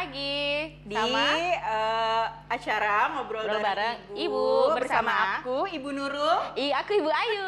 lagi di sama acara ngobrol bareng Ibu bersama aku Ibu Nurul. aku Ibu Ayu.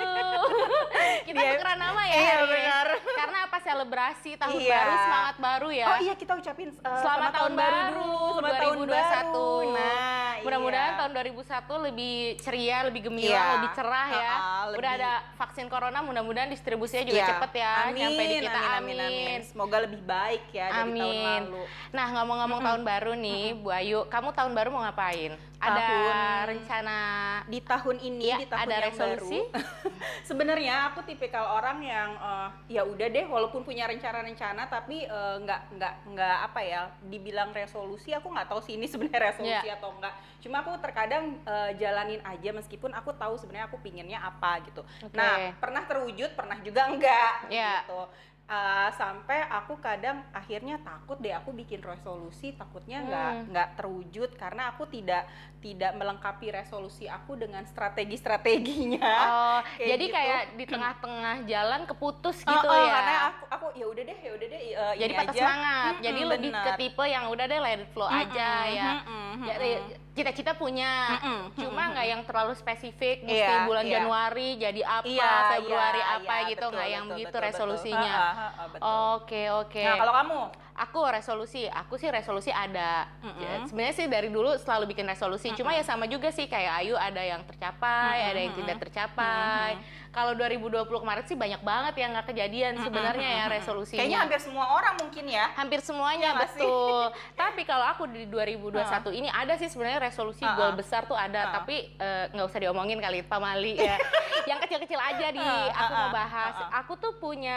Kita tukeran nama ya. Iya hari ini. benar. Karena apa, selebrasi tahun Iya. baru, semangat baru ya. Oh iya, kita ucapin Selamat tahun baru dulu, selamat 2021. tahun baru. Nah, mudah-mudahan iya. tahun 2021 lebih ceria, lebih gemilang, Iya. lebih cerah ya. Lebih. Udah ada vaksin corona, mudah-mudahan distribusinya juga Iya. cepet ya. Amin, Nyampe di kita, amin. Semoga lebih baik ya dari tahun Amin. lalu. Nah, ngomong-ngomong tahun baru nih, Bu Ayu, kamu tahun baru mau ngapain? Ada rencana di tahun ini, ya, di tahun ada yang resolusi? baru. Sebenarnya aku tipikal orang yang ya udah deh, walaupun punya rencana-rencana, tapi nggak apa ya, dibilang resolusi, aku nggak tahu sih ini sebenarnya resolusi atau enggak. Cuma aku terkadang jalanin aja meskipun aku tahu sebenarnya aku pinginnya apa gitu. Okay. Nah, pernah terwujud, pernah juga enggak gitu. Sampai aku kadang akhirnya takut deh aku bikin resolusi, takutnya nggak terwujud karena aku tidak melengkapi resolusi aku dengan strategi-strateginya. Oh, jadi gitu. kayak di tengah-tengah jalan keputus gitu ya. Karena aku ya udah deh jadi ini patah aja. semangat. Jadi lebih Bener. ke tipe yang udah deh let it flow aja ya. Jadi cita-cita punya, cuma nggak yang terlalu spesifik. Mesti bulan Januari jadi apa, Februari apa gitu, nggak yang begitu resolusinya. Oke. Nah, kalau kamu? Aku sih resolusi ada. Ya, sebenarnya sih dari dulu selalu bikin resolusi. Cuma ya sama juga sih kayak Ayu, ada yang tercapai, ada yang tidak tercapai. Kalau 2020 kemarin sih banyak banget yang nggak kejadian sebenarnya ya resolusinya. Kayaknya hampir semua orang mungkin ya. Hampir semuanya, Ya, betul. Tapi kalau aku di 2021 ini ada sih sebenarnya resolusi goal besar tuh ada, tapi nggak usah diomongin kali Pak Mali ya. Yang kecil-kecil aja aku mau bahas. Aku tuh punya,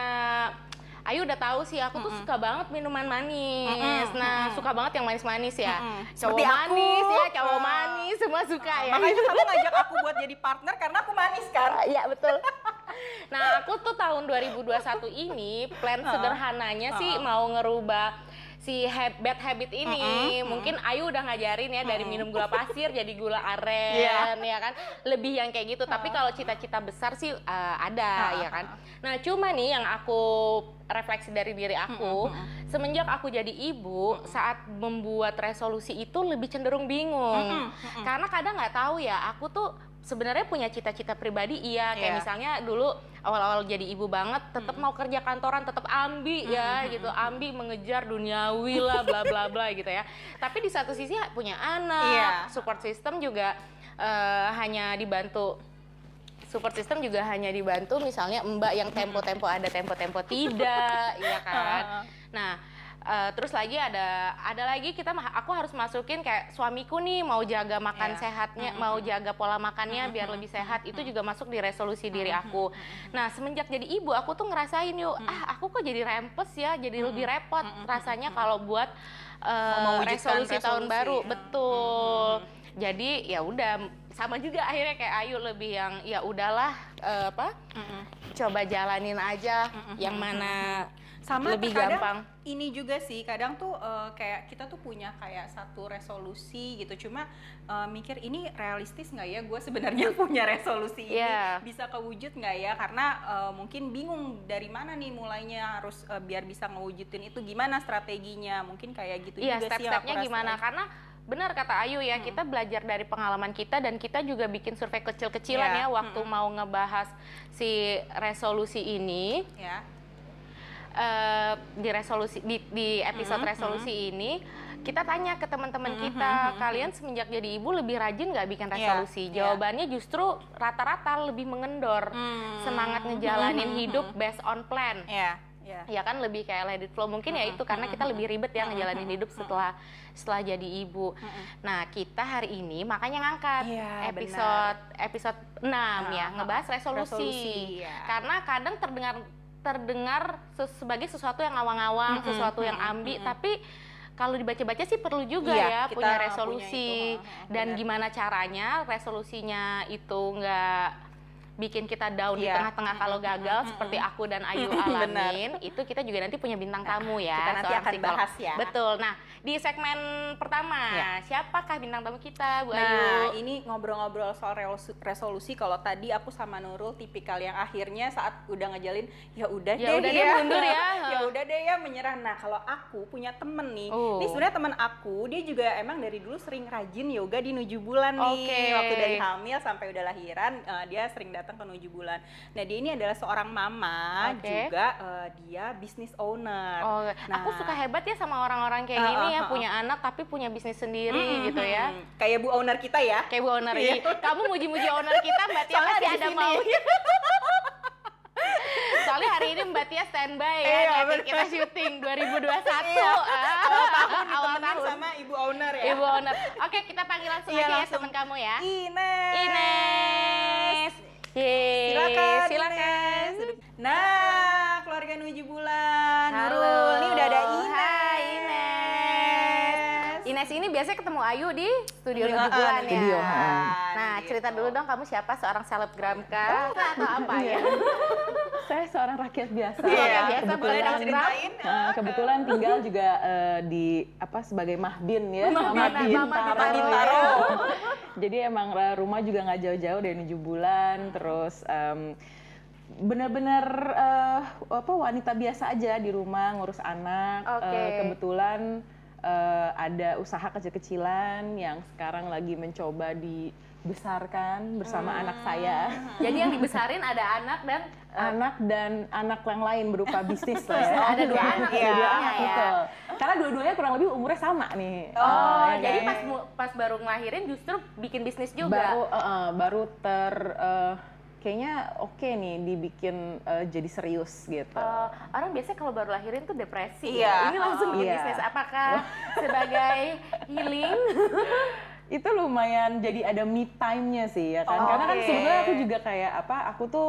Ayu udah tahu sih, aku tuh suka banget minuman manis. Nah, suka banget yang manis-manis ya. Cowok manis ya, cowok manis, semua suka ya. Makanya kamu ngajak aku buat jadi partner karena aku manis kan? Iya, betul. Nah, aku tuh tahun 2021 ini plan sederhananya sih mau ngerubah si bad habit ini. Mungkin Ayu udah ngajarin ya dari minum gula pasir jadi gula aren ya kan, lebih yang kayak gitu. Tapi kalau cita-cita besar sih ada ya kan. Nah, cuma nih yang aku refleksi dari diri aku, semenjak aku jadi ibu, saat membuat resolusi itu lebih cenderung bingung. Karena kadang nggak tahu ya, aku tuh sebenarnya punya cita-cita pribadi kayak misalnya dulu awal-awal jadi ibu banget tetap mau kerja kantoran, tetap ambi ya gitu, ambi mengejar duniawi lah bla bla bla gitu ya. Tapi di satu sisi punya anak, support system juga hanya dibantu misalnya Mbak yang tempo-tempo ada, tempo-tempo tidak, ya kan. Nah, terus lagi ada lagi aku harus masukin kayak suamiku nih mau jaga makan sehatnya, mau jaga pola makannya biar lebih sehat, itu juga masuk di resolusi diri aku. Nah, semenjak jadi ibu aku tuh ngerasain aku kok jadi rempes ya, jadi lebih repot rasanya kalau buat resolusi tahun baru, betul. Jadi ya udah, sama juga akhirnya kayak Ayu lebih yang ya udahlah coba jalanin aja yang mana sama lebih gampang. Ini juga sih kadang tuh kayak kita tuh punya kayak satu resolusi gitu, cuma mikir ini realistis nggak ya, gue sebenarnya punya resolusi ini bisa kewujud nggak ya, karena mungkin bingung dari mana nih mulainya, harus biar bisa ngewujudin itu gimana strateginya, mungkin kayak gitu juga sih. Step-stepnya gimana, karena benar kata Ayu ya, kita belajar dari pengalaman kita dan kita juga bikin survei kecil-kecilan ya waktu mau ngebahas si resolusi ini. Di episode resolusi ini kita tanya ke teman-teman kita, kalian semenjak jadi ibu lebih rajin nggak bikin resolusi? Jawabannya justru rata-rata lebih mengendor, semangat ngejalanin hidup based on plan. Ya kan, lebih kayak let it flow. Mungkin ya itu karena kita lebih ribet ya ngejalanin hidup setelah jadi ibu. Nah, kita hari ini makanya ngangkat episode 6 ya, ngebahas resolusi. Karena kadang terdengar sebagai sesuatu yang awang-awang, sesuatu yang ambi, tapi kalau dibaca-baca sih perlu juga punya resolusi. Dan gimana caranya resolusinya itu bikin kita down di tengah-tengah kalau gagal seperti aku dan Ayu alamin, itu kita juga nanti punya bintang tamu ya. Kita nanti akan bahas ya. Betul. Nah, di segmen pertama, siapakah bintang tamu kita, Bu Ayu? Nah, ini ngobrol-ngobrol soal resolusi. Kalau tadi aku sama Nurul tipikal yang akhirnya saat udah ngejalin, ya udah deh mundur ya. Ya udah deh ya menyerah. Nah, kalau aku punya temen nih, ini sebenarnya temen aku, dia juga emang dari dulu sering rajin yoga di 7 bulan nih. Waktu dari hamil sampai udah lahiran, dia sering datang ke 7 bulan. Nah, dia ini adalah seorang mama, juga dia business owner. Nah, aku suka hebat ya sama orang-orang kayak gini ya, punya anak tapi punya bisnis sendiri gitu ya. Kayak Bu owner kita ya. Kayak Bu owner. Kamu muji-muji owner kita, Mbak Tia pasti ada maunya. Soalnya hari ini Mbak Tia standby ya, kita syuting 2021. Awal tahun sama Ibu owner ya. Ibu owner. Oke, kita panggil langsung aja ya teman kamu ya. Ines. Silakan. Nah, keluarga 7 bulan. Nurul, ini udah ada Ines. Hai Ines. Ines ini biasanya ketemu Ayu di studio 7 bulan ya. Nah, cerita dulu dong, kamu siapa? Seorang selebgram kah? Atau apa ya? Saya seorang rakyat biasa. Kebetulan tinggal juga di sebagai Mahbin ya. Mama Bintaro. Jadi emang rumah juga nggak jauh-jauh dari 7 bulan. Terus benar-benar wanita biasa aja di rumah ngurus anak. Kebetulan ada usaha kecil-kecilan yang sekarang lagi mencoba dibesarkan bersama anak saya. Jadi yang dibesarin ada anak dan anak yang lain berupa bisnis lah ya. Ada 2 anak ya. Betul. Karena dua-duanya kurang lebih umurnya sama nih. Jadi pas baru ngelahirin justru bikin bisnis juga. Baru kayaknya oke nih dibikin jadi serius gitu. Orang biasanya kalau baru lahirin tuh depresi. Ini langsung bikin bisnis. Apakah sebagai healing? Itu lumayan jadi ada me time-nya sih ya kan. Karena kan sebenarnya aku juga kayak aku tuh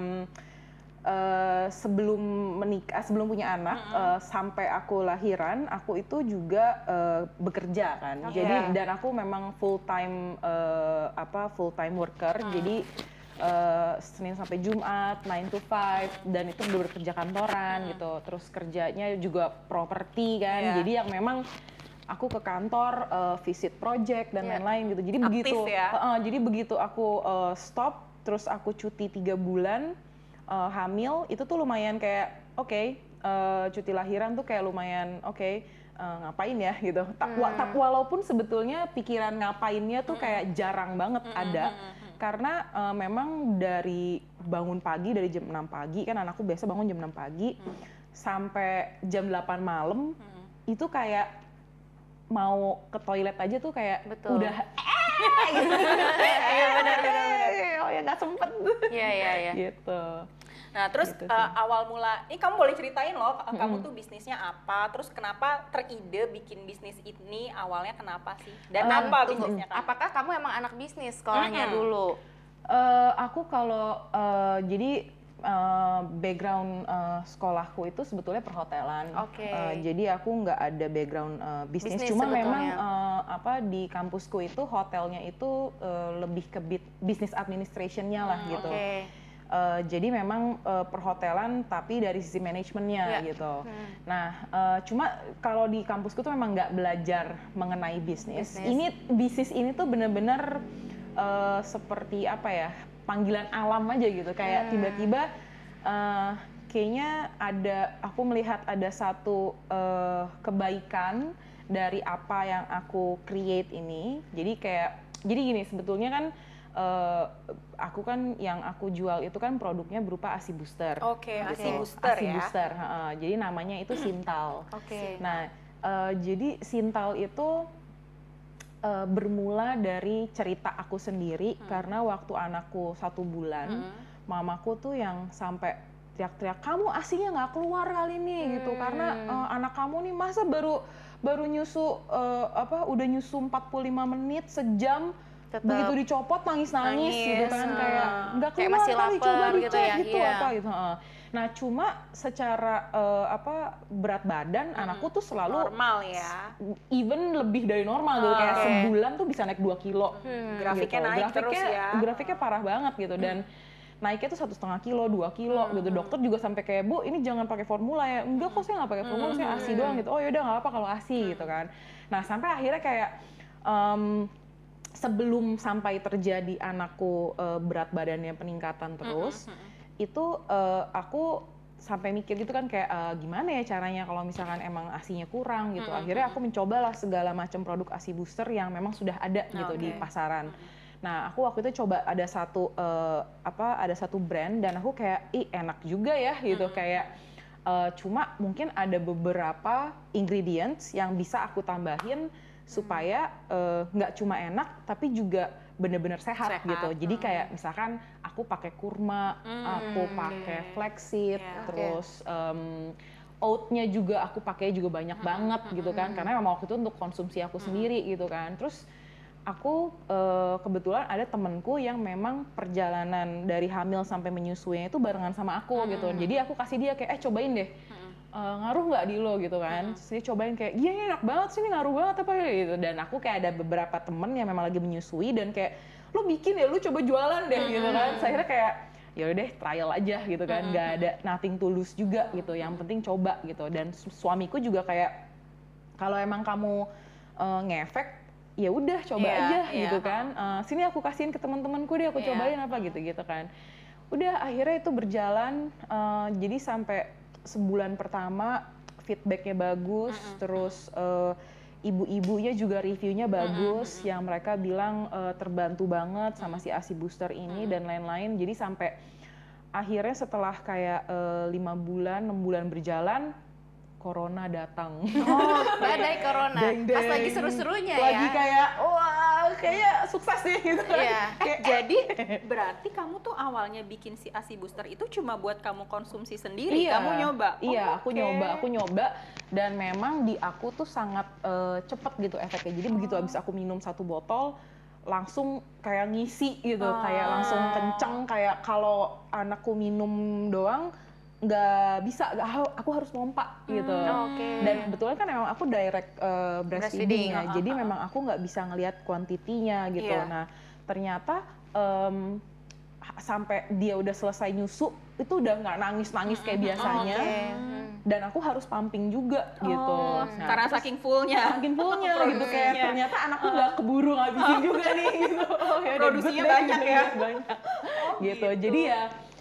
sebelum menikah, sebelum punya anak, sampai aku lahiran, aku itu juga bekerja kan. Jadi dan aku memang full time worker. Jadi Senin sampai Jumat 9 to 5 dan itu bekerja kantoran gitu. Terus kerjanya juga properti kan. Jadi yang memang aku ke kantor visit project dan lain-lain gitu. Jadi jadi begitu aku stop, terus aku cuti 3 bulan. Hamil itu tuh lumayan kayak cuti lahiran tuh kayak lumayan ngapain ya gitu. Walaupun sebetulnya pikiran ngapainnya tuh kayak jarang banget ada. Karena memang dari bangun pagi dari jam 6 pagi, kan anakku biasa bangun jam 6 pagi sampai jam 8 malam, itu kayak mau ke toilet aja tuh kayak udah Iya benar. Oh ya nggak sempet. Iya. Gitu. Nah terus gitu awal mula, ini kamu boleh ceritain loh, kamu tuh bisnisnya apa, terus kenapa teride bikin bisnis ini, awalnya kenapa sih? Dan apa bisnisnya kamu? Apakah kamu emang anak bisnis sekolahnya dulu? Aku kalau jadi background sekolahku itu sebetulnya perhotelan. Jadi aku nggak ada background bisnis, cuma memang di kampusku itu hotelnya itu lebih ke business administration-nya lah gitu. Jadi memang perhotelan tapi dari sisi manajemennya gitu. Nah, cuma kalau di kampusku tuh memang nggak belajar mengenai bisnis. Bisnis ini tuh bener-bener seperti panggilan alam aja gitu. Kayak tiba-tiba kayaknya aku melihat ada satu kebaikan dari apa yang aku create ini. Jadi gini, sebetulnya kan aku kan yang aku jual itu kan produknya berupa ASI booster. ASI booster ya. Booster. Jadi namanya itu Sintal. Nah, jadi Sintal itu bermula dari cerita aku sendiri karena waktu anakku 1 bulan, mamaku tuh yang sampai teriak-teriak, kamu ASInya nggak keluar kali ini gitu karena anak kamu nih masa baru nyusu udah nyusu 45 menit sejam. Begitu dicopot nangis-nangis gitu kan kayak nggak keluar masih kali, coba lapar dicek gitu ya, gitu. Nah cuma secara berat badan anakku tuh selalu normal ya, even lebih dari normal gitu, kayak sebulan tuh bisa naik 2 kilo. Grafiknya gitu. naik terus ya. Grafiknya parah banget gitu. Dan naiknya tuh 1,5 kilo, 2 kilo gitu. Dokter juga sampai kayak, Bu ini jangan pakai formula ya. Enggak kok, saya nggak pakai formula, saya ASI doang gitu. Oh yaudah nggak apa kalau ASI gitu kan. Nah sampai akhirnya kayak sebelum sampai terjadi anakku berat badannya peningkatan terus, itu aku sampai mikir gitu kan kayak gimana ya caranya kalau misalkan emang ASI-nya kurang gitu. Akhirnya aku mencobalah segala macam produk ASI booster yang memang sudah ada gitu di pasaran. Nah, aku waktu itu coba ada satu brand dan aku kayak enak juga ya gitu kayak cuma mungkin ada beberapa ingredients yang bisa aku tambahin supaya nggak cuma enak tapi juga bener-bener sehat gitu. Jadi kayak misalkan aku pakai kurma, aku pakai flaxseed, terus oatnya juga aku pakai juga banyak banget gitu kan. Karena memang waktu itu untuk konsumsi aku sendiri gitu kan. Terus aku kebetulan ada temenku yang memang perjalanan dari hamil sampai menyusuinya itu barengan sama aku gitu. Jadi aku kasih dia kayak cobain deh. Ngaruh nggak di lo gitu kan. Terus dia cobain kayak iya ini enak banget sih, ini ngaruh banget apa ya gitu. Dan aku kayak ada beberapa temen yang memang lagi menyusui dan kayak lo bikin ya, lo coba jualan deh gitu kan. Saya kira kayak ya udah deh trial aja gitu kan. Nggak ada nothing to lose juga gitu. Yang penting coba gitu. Dan suamiku juga kayak kalau emang kamu ngefek ya udah coba aja gitu kan. Sini aku kasihin ke teman-temanku deh, aku cobain apa gitu kan. Udah akhirnya itu berjalan jadi sampai sebulan pertama feedbacknya bagus, terus ibu-ibunya juga reviewnya bagus, yang mereka bilang terbantu banget sama si ASI booster ini dan lain-lain. Jadi sampai akhirnya setelah kayak 5 bulan, 6 bulan berjalan, corona datang. Oh, badai corona. Pas lagi seru-serunya ya. Lagi kayak wah, kayak sukses nih gitu kan. Jadi berarti kamu tuh awalnya bikin si ASI booster itu cuma buat kamu konsumsi sendiri, kamu nyoba? Iya, aku nyoba dan memang di aku tuh sangat cepet gitu efeknya. Jadi begitu habis aku minum 1 botol, langsung kayak ngisi gitu, kayak langsung kenceng, kayak kalau anakku minum doang nggak bisa, aku harus pompa gitu. Dan kebetulan kan memang aku direct breastfeeding ya, jadi memang aku nggak bisa ngelihat kuantitinya gitu. Nah ternyata sampai dia udah selesai nyusu itu udah nggak nangis kayak biasanya. Dan aku harus pumping juga gitu. Nah, karena saking fullnya gitu kayak ternyata anakku nggak keburu ngabisin juga nih gitu. Produksinya banyak ya. Gitu. Jadi ya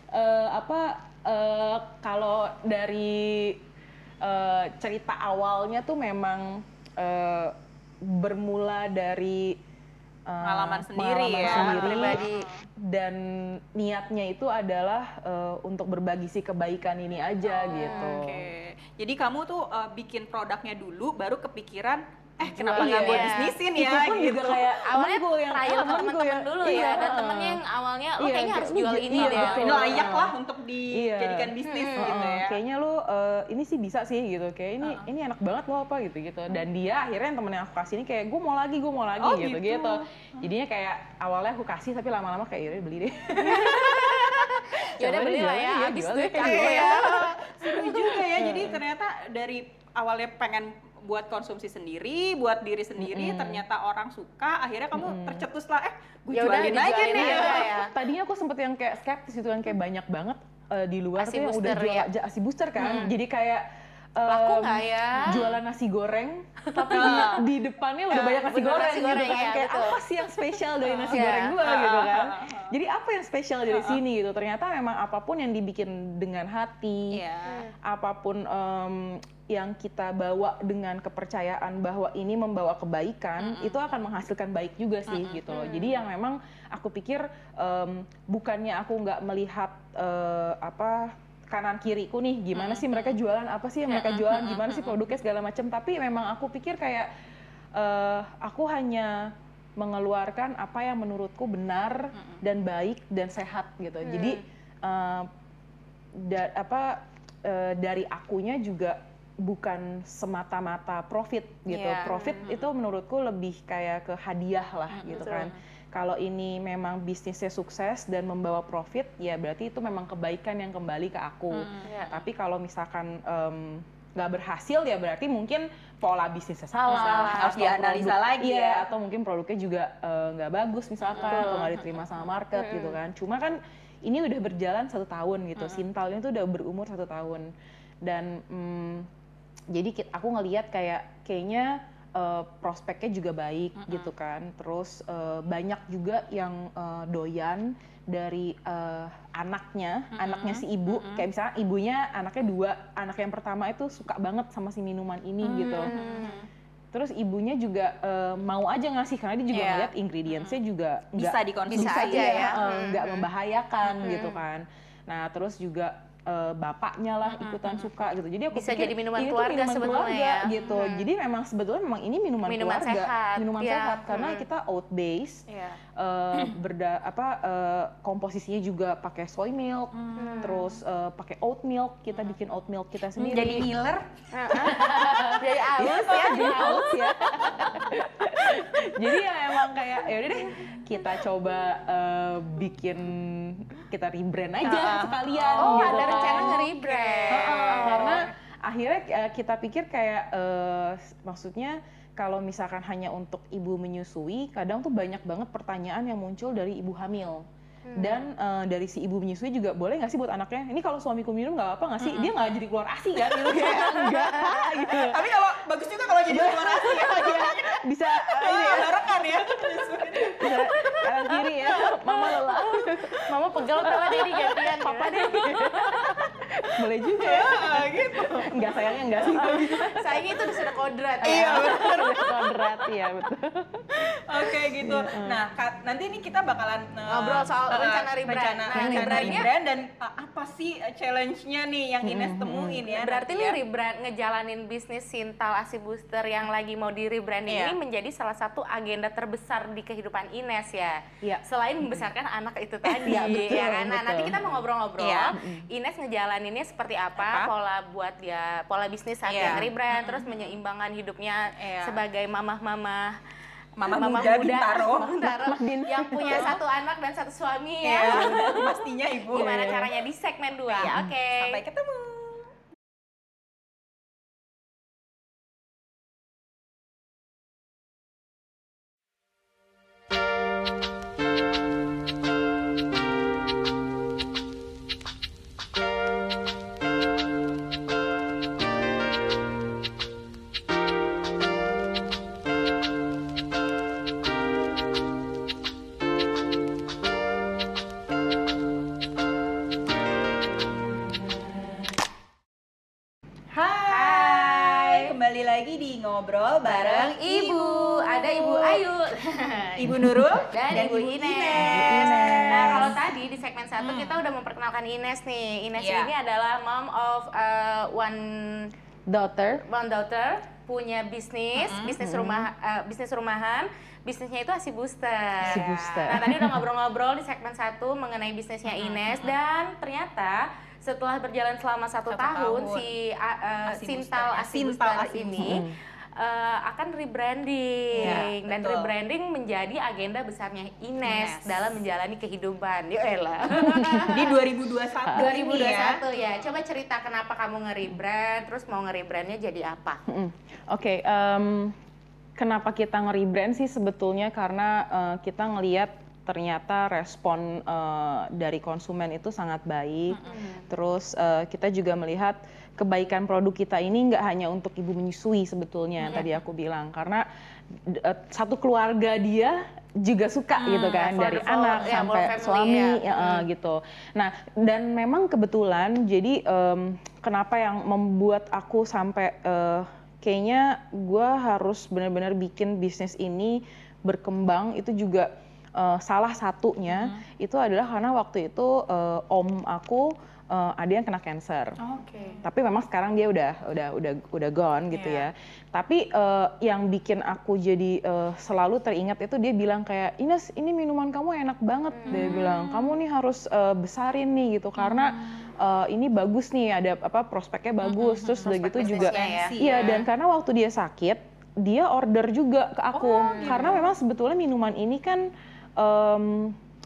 kalau dari cerita awalnya tuh memang bermula dari pengalaman sendiri dan niatnya itu adalah untuk berbagi si kebaikan ini aja gitu. Jadi kamu tuh bikin produknya dulu baru kepikiran kenapa nggak gue bisnisin ya pun gitu. Juga kayak awalnya trial ke teman-teman dulu ya, dan temennya yang awalnya lo kayaknya harus jual ini deh. Ini layak lah untuk dijadikan bisnis gitu ya. Kayaknya lo ini sih bisa sih gitu, kayak ini enak banget lo apa gitu. Dan dia akhirnya yang temen yang aku kasih ini kayak gue mau lagi gitu. Jadinya kayak awalnya aku kasih tapi lama-lama kayak yaudah beli deh. Yaudah beli lah ya, habis duit kan ya. Seru juga ya, jadi ternyata dari awalnya pengen buat konsumsi sendiri, buat diri sendiri, ternyata orang suka, akhirnya kamu tercetus lah, gue jualin aja nih. Tadinya aku sempet yang kayak skeptis itu kan, kayak banyak banget di luar tuh yang udah jual ASI booster kan, jadi kayak laku nggak ya? Jualan nasi goreng, tapi di depannya udah banyak nasi goreng gitu kan, kayak apa sih yang spesial dari nasi goreng gua gitu kan. Jadi apa yang spesial dari sini gitu, ternyata memang apapun yang dibikin dengan hati, apapun yang kita bawa dengan kepercayaan bahwa ini membawa kebaikan, itu akan menghasilkan baik juga sih gitu loh. Jadi yang memang aku pikir bukannya aku nggak melihat kanan kiriku nih, gimana sih mereka jualan, apa sih yang mereka jualan, gimana sih produknya segala macam, tapi memang aku pikir kayak aku hanya mengeluarkan apa yang menurutku benar dan baik dan sehat gitu. Jadi dari akunya juga bukan semata-mata profit gitu. Profit itu menurutku lebih kayak ke hadiah lah gitu kan. Kalau ini memang bisnisnya sukses dan membawa profit, ya berarti itu memang kebaikan yang kembali ke aku. Tapi kalau misalkan nggak berhasil ya berarti mungkin pola bisnisnya salah harus dianalisa lagi ya, atau mungkin produknya juga nggak bagus misalkan atau nggak diterima sama market gitu kan. Cuma kan ini udah berjalan 1 tahun gitu, Sintal ini tuh udah berumur 1 tahun dan jadi aku ngelihat kayaknya prospeknya juga baik gitu kan. Terus banyak juga yang doyan dari anaknya si ibu, kayak misalnya ibunya anaknya 2, anak yang pertama itu suka banget sama si minuman ini gitu. Terus ibunya juga mau aja ngasih karena dia juga ngeliat ingredientsnya juga bisa dikonsumsi nggak membahayakan gitu kan. Nah terus juga bapaknya lah ikutan suka gitu. Jadi aku bisa pikir jadi minuman keluarga sebetulnya gitu. Jadi sebetulnya memang ini minuman keluarga, sehat. Sehat karena kita oat base, komposisinya juga pakai soy milk, terus pakai oat milk, kita bikin oat milk kita sendiri. Jadi Miller, jadi aus ya. Jadi ya emang kayak ya udah deh kita coba bikin, kita rebrand aja sekalian. Gitu ada rencana nge-rebrand. Karena akhirnya kita pikir kayak maksudnya kalau misalkan hanya untuk ibu menyusui, kadang tuh banyak banget pertanyaan yang muncul dari ibu hamil. Dan dari si ibu menyusui juga, boleh nggak sih buat anaknya? Ini kalau suamiku minum nggak apa nggak sih? Dia nggak jadi keluar ASI kan? Gitu kayak enggak gitu. Tapi kalau bagus juga kalau jadi keluar ASI ya. Bisa barengan ya. Bisa kanan kiri ya. Mama lelah. Mama pegel sama Dedi gantian. Papa deh. Boleh juga ya. Gitu. Enggak, sayangnya enggak sih. Sayangnya itu sudah kodrat ya. Iya benar. Kodrat ya betul. Oke gitu. Nah nanti ini kita bakalan ngobrol soal rencana rebrand. Rebrand dan apa sih challenge-nya nih yang Ines temuin ya. Berarti nih rebrand, ngejalanin bisnis Sintal ASI Booster yang lagi mau di rebranding ini menjadi salah satu agenda terbesar di kehidupan Ines ya. Selain membesarkan anak itu tadi ya kan. Nah, nanti kita mau ngobrol-ngobrol. Ines ngejalaninnya seperti apa? Pola bisnis saat yang rebrand, terus menyeimbangkan hidupnya sebagai mama muda Bintaro yang punya 1 anak dan 1 suami ya. Pastinya ibu. Gimana caranya di segmen 2. Oke. Sampai ketemu. Ngobrol bareng Ibu. Ada Ibu Ayu, Ibu Nurul, dan Ibu Ines. Nah, kalau tadi di segmen 1 kita udah memperkenalkan Ines nih. Ines ini adalah mom of one daughter, punya bisnis rumahan. Bisnisnya itu ASI Booster. Nah, tadi udah ngobrol-ngobrol di segmen 1 mengenai bisnisnya Ines dan ternyata setelah berjalan selama 1 tahun si Sintal ASI Booster ini akan rebranding dan rebranding menjadi agenda besarnya Ines dalam menjalani kehidupan. Yoelah. Di 2021 ya. Coba cerita kenapa kamu nge-rebrand, terus mau nge-rebrandnya jadi apa? Oke, kenapa kita nge-rebrand sih sebetulnya karena kita ngelihat ternyata respon dari konsumen itu sangat baik. Terus kita juga melihat kebaikan produk kita ini nggak hanya untuk ibu menyusui sebetulnya tadi aku bilang, karena satu keluarga dia juga suka gitu kan, dari anak sampai suami gitu. Nah, dan memang kebetulan jadi kenapa yang membuat aku sampai kayaknya gue harus benar-benar bikin bisnis ini berkembang, itu juga salah satunya itu adalah karena waktu itu om aku ada yang kena cancer. Tapi memang sekarang dia udah gone gitu ya. Tapi yang bikin aku jadi selalu teringat itu dia bilang kayak, Ines, ini minuman kamu enak banget. Dia bilang, kamu nih harus besarin nih gitu karena ini bagus nih, ada prospeknya bagus. Terus udah gitu juga dan karena waktu dia sakit, dia order juga ke aku. Karena memang sebetulnya minuman ini kan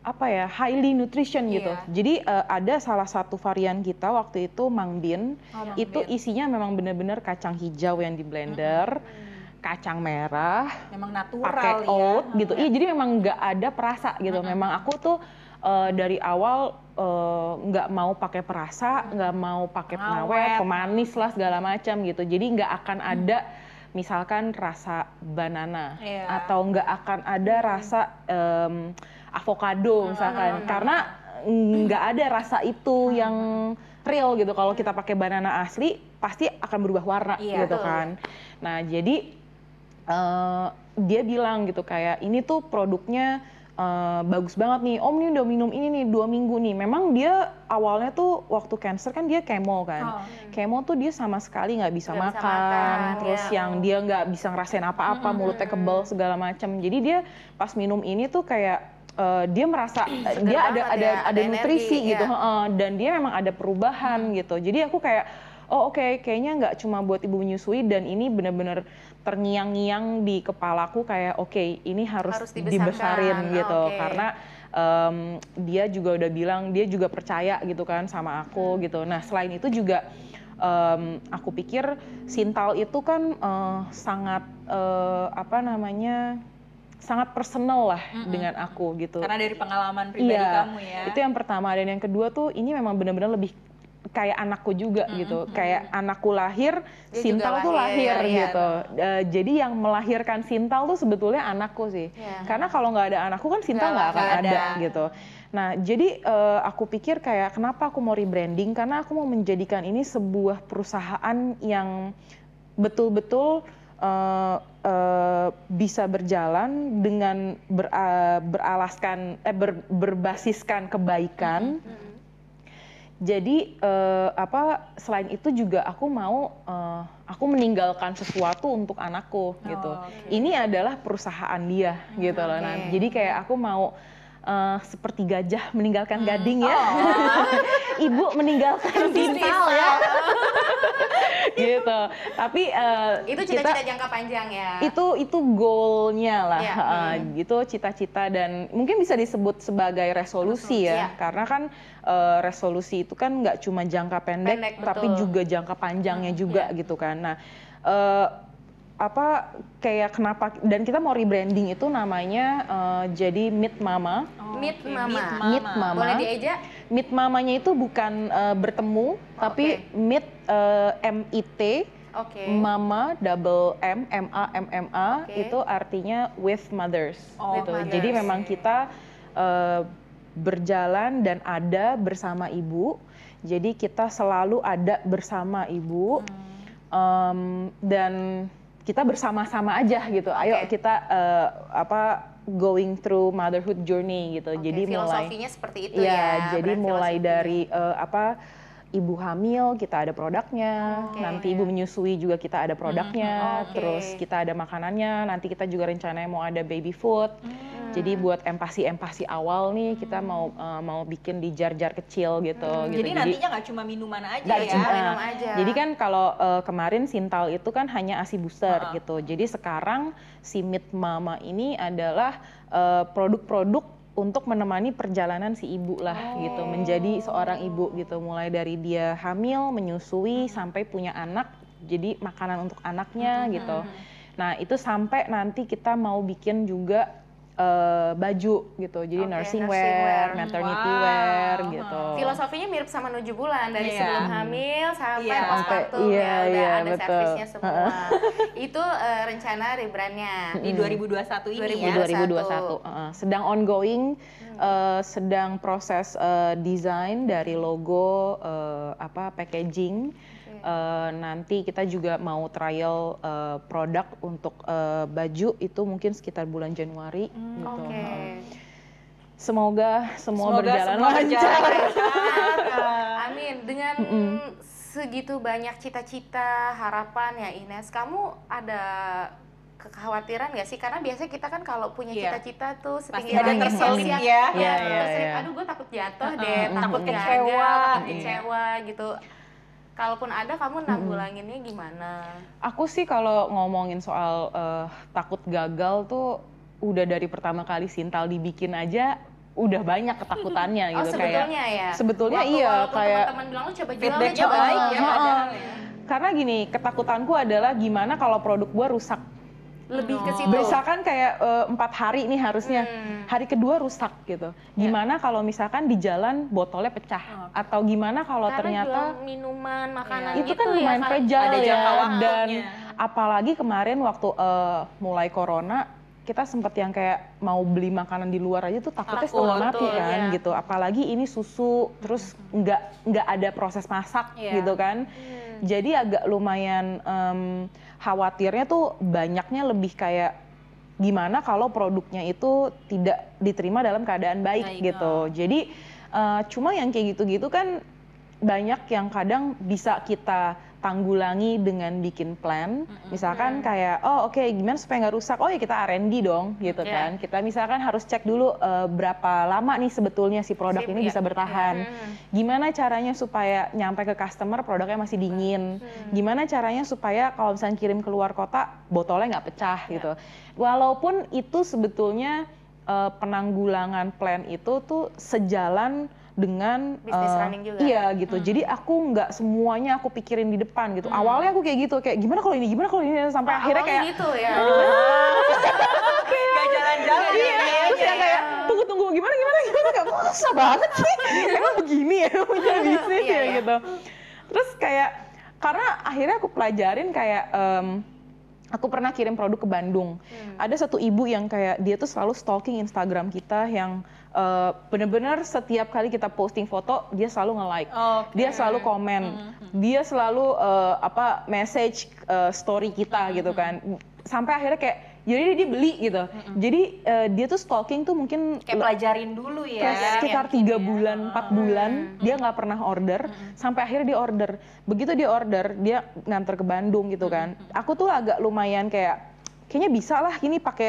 apa ya, highly nutrition gitu. Jadi ada salah satu varian kita waktu itu Mang Bin, itu isinya memang benar-benar kacang hijau yang di blender, kacang merah, memang natural pakai oat gitu. Iya, jadi memang nggak ada perasa gitu. Memang aku tuh dari awal nggak mau pakai perasa, nggak mau pakai pengawet, pemanis lah segala macam gitu. Jadi nggak akan ada misalkan rasa banana atau nggak akan ada rasa avocado misalkan, karena nggak ada rasa itu yang real gitu. Kalau kita pakai banana asli pasti akan berubah warna gitu kan. Nah jadi dia bilang gitu kayak ini tuh produknya bagus banget nih, Om ini udah minum ini nih 2 minggu nih. Memang dia awalnya tuh waktu cancer kan dia kemo kan, kemo tuh dia sama sekali nggak bisa makan, terus yang dia nggak bisa ngerasain apa-apa, mulutnya kebal segala macam. Jadi dia pas minum ini tuh kayak dia merasa dia ada nutrisi gitu, dan dia memang ada perubahan gitu. Jadi aku kayak oke, kayaknya nggak cuma buat ibu menyusui, dan ini benar-benar terngiang-ngiang di kepalaku kayak oke, ini harus dibesarin gitu. Karena dia juga udah bilang dia juga percaya gitu kan sama aku gitu. Nah selain itu juga aku pikir Sintal itu kan sangat apa namanya, sangat personal lah dengan aku gitu. Karena dari pengalaman pribadi kamu ya. Itu yang pertama, dan yang kedua tuh ini memang benar-benar lebih kayak anakku juga gitu. Kayak anakku lahir, Sintal tuh lahir gitu. Jadi yang melahirkan Sintal tuh sebetulnya anakku sih. Karena kalau nggak ada anakku kan Sintal nggak akan ada gitu. Nah jadi aku pikir kayak kenapa aku mau rebranding, karena aku mau menjadikan ini sebuah perusahaan yang betul-betul bisa berjalan dengan berbasiskan kebaikan. Jadi selain itu juga aku mau aku meninggalkan sesuatu untuk anakku gitu. Ini adalah perusahaan dia gitu loh. Nah, jadi kayak aku mau seperti gajah meninggalkan gading ya. Ibu meninggalkan Sintal ya. Gitu. Tapi itu cita-cita jangka panjang ya. Itu goalnya lah. Gitu cita-cita, dan mungkin bisa disebut sebagai resolusi ya. Karena kan resolusi itu kan nggak cuma jangka pendek tapi juga jangka panjangnya juga gitu kan. Nah, kayak kenapa, dan kita mau rebranding itu namanya jadi Meet Mama. Meet Mama. Meet Mama. Boleh diajak? Meet Mamanya itu bukan bertemu, tapi Meet M-I-T. Mama double M, M-A-M-M-A, itu artinya with mothers gitu. Jadi memang kita berjalan dan ada bersama ibu. Jadi kita selalu ada bersama ibu, dan kita bersama-sama aja gitu. Ayo kita going through motherhood journey gitu. Jadi filosofinya seperti itu ya. Jadi mulai dari ibu hamil kita ada produknya, nanti ibu menyusui juga kita ada produknya, terus kita ada makanannya, nanti kita juga rencananya mau ada baby food. Jadi buat empasi awal nih kita mau bikin di jar-jar kecil gitu. Jadi nantinya nggak cuma minuman aja ya? Minum aja. Jadi kan kalau kemarin Sintal itu kan hanya ASI booster gitu. Jadi sekarang si Meet Mama ini adalah produk-produk untuk menemani perjalanan si ibu lah gitu, menjadi seorang ibu gitu, mulai dari dia hamil, menyusui, sampai punya anak, jadi makanan untuk anaknya gitu. Nah itu sampai nanti kita mau bikin juga baju gitu, jadi nursing wear, maternity wear gitu. Filosofinya mirip sama Nuju Bulan, dari sebelum hamil sampai postpartum ya, udah ada servisnya semua. Itu rencana rebrandnya di 2021 ini 2021. Sedang ongoing, sedang proses desain dari logo, packaging. Nanti kita juga mau trial produk untuk baju itu mungkin sekitar bulan Januari gitu. Semoga semua berjalan lancar. Amin. Dengan segitu banyak cita-cita, harapan ya Ines, kamu ada kekhawatiran nggak sih? Karena biasanya kita kan kalau punya cita-cita tuh setinggi ada terselip ya. Aduh gue takut jatuh deh, takut kecewa gitu. Kalaupun ada, kamu nanggulanginnya gimana? Aku sih kalau ngomongin soal takut gagal tuh udah dari pertama kali Sintal dibikin aja udah banyak ketakutannya gitu sebetulnya kayak. Ya? Sebetulnya iya kayak teman-teman bilang lu coba jual feedbacknya baik ya. Karena gini, ketakutanku adalah gimana kalau produk gua rusak. Lebih ke situ. Misalkan kayak 4 hari nih harusnya, hari kedua rusak gitu. Gimana kalau misalkan di jalan botolnya pecah, atau gimana kalau ternyata minuman, makanan itu gitu kan lumayan ya, fragile ya. Dan apalagi kemarin waktu mulai corona, kita sempet yang kayak mau beli makanan di luar aja tuh takutnya setengah mati kan gitu. Apalagi ini susu, terus nggak ada proses masak gitu kan. Jadi agak lumayan khawatirnya tuh banyaknya lebih kayak gimana kalau produknya itu tidak diterima dalam keadaan baik gitu. Jadi cuma yang kayak gitu-gitu kan banyak yang kadang bisa kita tanggulangi dengan bikin plan, misalkan kayak gimana supaya nggak rusak, ya kita R&D dong gitu kan, kita misalkan harus cek dulu berapa lama nih sebetulnya si produk ini bisa bertahan, gimana caranya supaya nyampe ke customer produknya masih dingin, gimana caranya supaya kalau misalnya kirim keluar kota botolnya nggak pecah gitu, walaupun itu sebetulnya penanggulangan plan itu tuh sejalan dengan bisnis running juga. Iya gitu. Jadi aku nggak semuanya aku pikirin di depan gitu. Awalnya aku kayak gitu, kayak gimana kalau ini sampai akhirnya kayak gitu ya. Gak jalan-jalan terus ya kayak tunggu gimana kayak masa banget sih. Emang begini ya punya bisnis ya gitu. Terus kayak karena akhirnya aku pelajarin kayak aku pernah kirim produk ke Bandung. Ada satu ibu yang kayak dia tuh selalu stalking Instagram kita yang bener-bener setiap kali kita posting foto dia selalu nge-like, dia selalu komen, dia selalu message story kita gitu kan. Sampai akhirnya kayak jadi dia beli gitu. Jadi dia tuh stalking tuh mungkin kayak pelajarin dulu ya. Sekitar 3 bulan, 4 bulan dia nggak pernah order, sampai akhirnya dia order. Begitu dia order, dia nganter ke Bandung gitu kan. Aku tuh agak lumayan kayaknya bisa lah ini pakai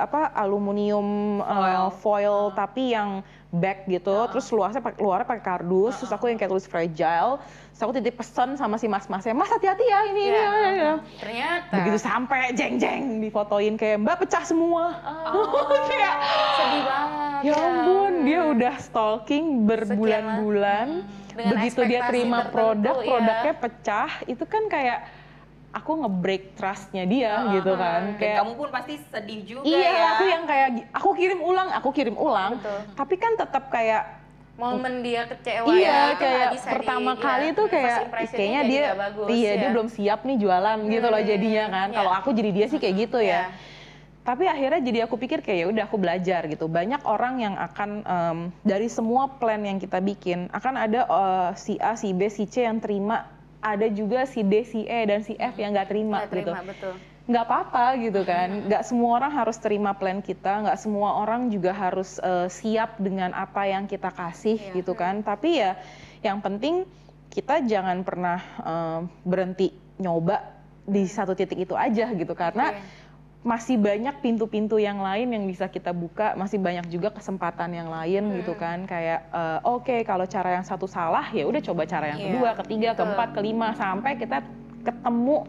aluminium foil tapi yang bag gitu, terus luarnya pakai kardus, terus aku yang kayak tulis fragile. Terus aku titip pesan sama si mas-masnya, mas hati-hati ya ini. Ternyata begitu sampai jeng-jeng difotoin kayak mbak pecah semua. Kayak sedih banget. Ya ampun, dia udah stalking berbulan-bulan. Begitu dia terima produknya pecah, itu kan kayak aku nge-break trust-nya dia gitu kan. Kayak kamu pun pasti sedih juga ya. Iya, aku yang kayak aku kirim ulang. Tapi kan tetap kayak momen dia kecewa kayak pertama kali tuh kayak kayaknya dia dia belum siap nih jualan gitu loh jadinya kan. Kalau aku jadi dia sih kayak gitu ya. Tapi akhirnya jadi aku pikir kayak ya udah aku belajar gitu. Banyak orang yang akan dari semua plan yang kita bikin akan ada si A, si B, si C yang terima, ada juga si D, si E dan si F yang nggak terima gitu. Betul. Nggak apa-apa gitu kan, nggak semua orang harus terima plan kita, nggak semua orang juga harus siap dengan apa yang kita kasih gitu kan. Tapi ya yang penting kita jangan pernah berhenti nyoba di satu titik itu aja gitu, karena masih banyak pintu-pintu yang lain yang bisa kita buka, masih banyak juga kesempatan yang lain gitu kan. Kayak kalau cara yang satu salah ya udah coba cara yang kedua, ketiga, keempat, kelima sampai kita ketemu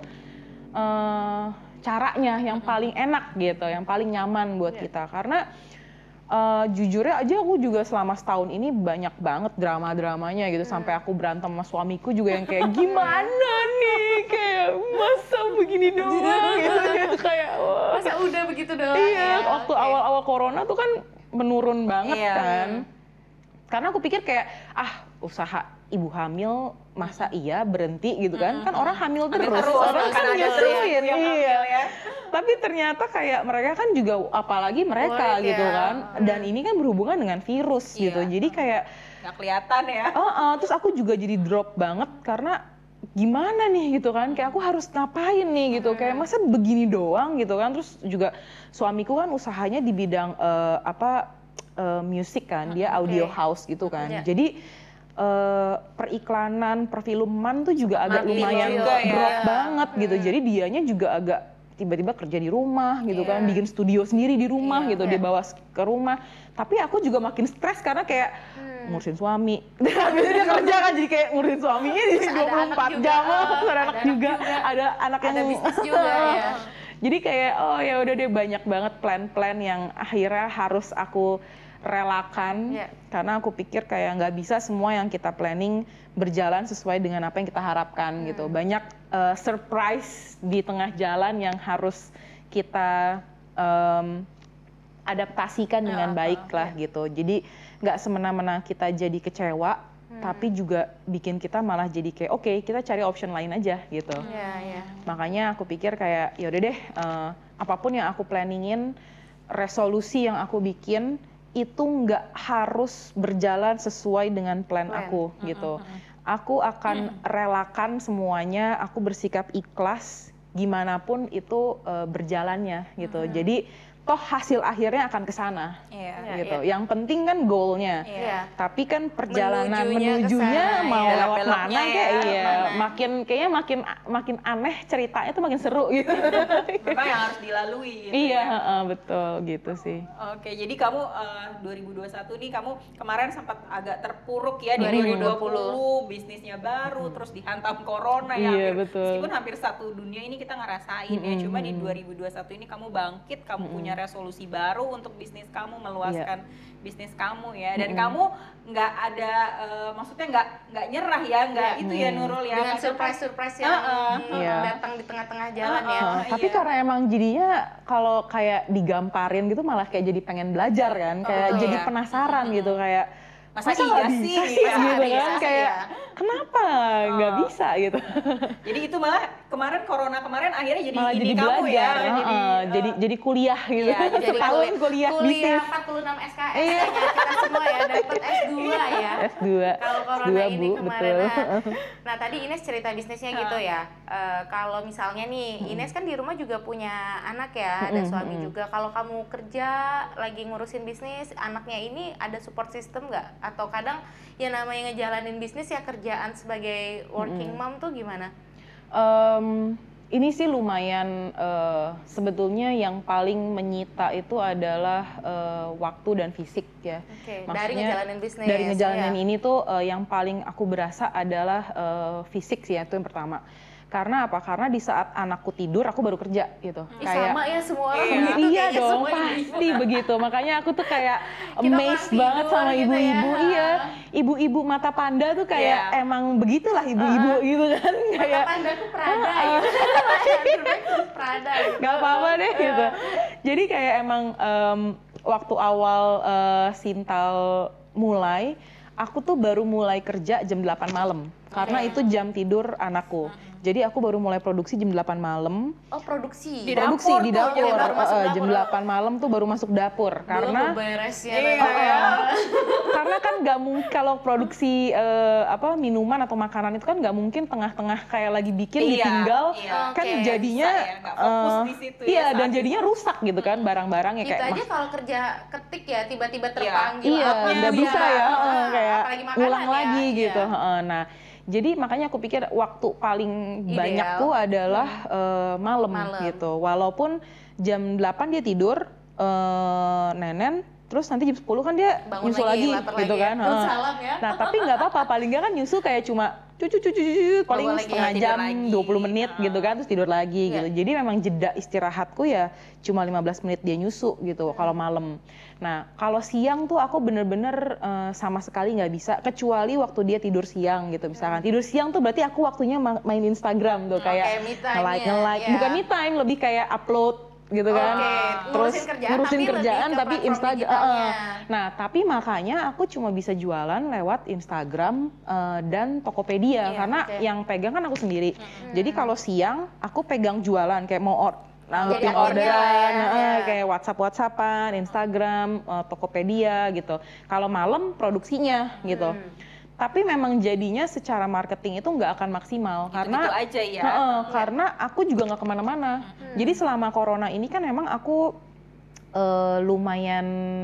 caranya yang paling enak gitu, yang paling nyaman buat kita. Karena jujurnya aja aku juga selama setahun ini banyak banget drama-dramanya gitu, sampai aku berantem sama suamiku juga yang kayak gimana nih, kayak masa begini doang gitu, kayak masa udah begitu doang. Iya, waktu awal-awal corona tuh kan menurun banget kan. Karena aku pikir kayak usaha ibu hamil masa iya berhenti gitu kan, kan orang hamil terus orang kan nyusuin tapi ternyata kayak mereka kan juga apalagi mereka gitu kan, dan ini kan berhubungan dengan virus gitu, jadi kayak nggak kelihatan ya. Terus aku juga jadi drop banget karena gimana nih gitu kan, kayak aku harus ngapain nih gitu, kayak masa begini doang gitu kan. Terus juga suamiku kan usahanya di bidang musik kan, dia audio house gitu kan, jadi periklanan, perfilman tuh juga agak lumayan drop banget gitu. Jadi dianya juga agak tiba-tiba kerja di rumah gitu kan, bikin studio sendiri di rumah gitu, dia bawa ke rumah. Tapi aku juga makin stres karena kayak ngurusin suami. Biasanya dia kerja kan, jadi kayak ngurusin suaminya di 24 jam. Terus ada anak juga, ada anak yang bisnis juga ya. Jadi kayak oh ya udah deh, banyak banget plan-plan yang akhirnya harus aku relakan karena aku pikir kayak nggak bisa semua yang kita planning berjalan sesuai dengan apa yang kita harapkan gitu. Banyak surprise di tengah jalan yang harus kita adaptasikan dengan baik lah gitu. Jadi nggak semena-mena kita jadi kecewa, tapi juga bikin kita malah jadi kayak oke, kita cari option lain aja gitu. Makanya aku pikir kayak ya udah deh, apapun yang aku planningin, resolusi yang aku bikin itu nggak harus berjalan sesuai dengan plan aku gitu. Aku akan relakan semuanya, aku bersikap ikhlas gimana pun itu berjalannya gitu. Jadi toh hasil akhirnya akan ke sana gitu. Yang penting kan goalnya. Tapi kan perjalanan menujunya mau lewat mana kayak kayaknya makin aneh ceritanya tuh makin seru gitu. Memang yang harus dilalui gitu. Betul gitu sih. Oke, jadi kamu 2021 nih kamu kemarin sempat agak terpuruk ya di 2020, bisnisnya baru terus dihantam corona ya. Meskipun hampir satu dunia ini kita ngerasain ya. Cuma di 2021 ini kamu bangkit, kamu punya resolusi baru untuk bisnis kamu, meluaskan bisnis kamu ya, dan kamu nggak ada maksudnya nggak nyerah ya, nggak itu ya Nurul ya, dengan surprise yang datang di tengah-tengah jalan ya. Tapi karena emang jadinya kalau kayak digamparin gitu malah kayak jadi pengen belajar kan, kayak jadi penasaran gitu, kayak masa iya sih gitu kan, kayak kenapa nggak bisa gitu. Jadi itu malah kemarin corona kemarin akhirnya jadi malah ini jadi kamu belajar, ya, jadi kuliah gitu. Jadi setahun kuliah bisnis. 46 SKS ya, kita semua ya dapat S2 ya. S2. Kalau corona ini kemarin. Betul. Nah tadi Ines cerita bisnisnya gitu ya. Kalau misalnya nih Ines kan di rumah juga punya anak ya, ada suami juga. Kalau kamu kerja lagi ngurusin bisnis, anaknya ini ada support system nggak? Atau kadang ya namanya ngejalanin bisnis ya kerjaan sebagai working mom tuh gimana? Ini sih lumayan, sebetulnya yang paling menyita itu adalah waktu dan fisik ya. Maksudnya dari ngejalanin bisnis. Dari ngejalanin ini tuh yang paling aku berasa adalah fisik sih ya, itu yang pertama. Karena apa? Karena di saat anakku tidur, aku baru kerja gitu. Kayak sama ya semua orang gitu. Iya dong, pasti begitu. Makanya aku tuh kayak amazed banget sama ibu-ibu. Iya, ibu-ibu mata panda tuh kayak emang begitulah ibu-ibu gitu kan. Mata panda tuh Prada gitu. Prada gitu. Gak apa-apa deh gitu. Jadi kayak emang waktu awal Sintal mulai, aku tuh baru mulai kerja jam 8 malam. Karena itu jam tidur anakku. Jadi aku baru mulai produksi jam 8 malam. Oh, produksi? Di dapur. Jam 8 malam tuh baru masuk dapur. Karena beresnya. Karena kan nggak mungkin kalau produksi minuman atau makanan itu kan nggak mungkin tengah-tengah kayak lagi bikin ditinggal. Kan jadinya dan jadinya rusak gitu kan barang-barangnya. Itu aja kalau kerja ketik ya tiba-tiba terpanggil. Nggak bisa ya, kayak ngulang lagi gitu. Nah, jadi makanya aku pikir waktu paling banyak tuh adalah malam gitu. Walaupun jam 8 dia tidur, nenen, terus nanti jam 10 kan dia bangun nyusul lagi gitu kan. Salam ya. Nah tapi nggak apa-apa, paling nggak kan nyusul kayak cuma cucu paling setengah jam, 20 menit gitu kan, terus tidur lagi gitu. Jadi memang jeda istirahatku ya cuma 15 menit dia nyusu gitu kalau malam. Nah kalau siang tuh aku bener-bener sama sekali nggak bisa, kecuali waktu dia tidur siang gitu. Misalkan tidur siang tuh berarti aku waktunya main Instagram tuh, kayak nge-like, bukan me time, lebih kayak upload gitu kan, terus ngurusin kerjaan tapi Instagram. Nah tapi makanya aku cuma bisa jualan lewat Instagram dan Tokopedia karena yang pegang kan aku sendiri. Jadi kalau siang aku pegang jualan, kayak mau nanggepin orderan, kayak WhatsApp-WhatsAppan, Instagram, Tokopedia gitu. Kalau malam produksinya gitu. Tapi memang jadinya secara marketing itu nggak akan maksimal karena aja ya. Karena aku juga nggak kemana-mana. Jadi selama corona ini kan emang aku lumayan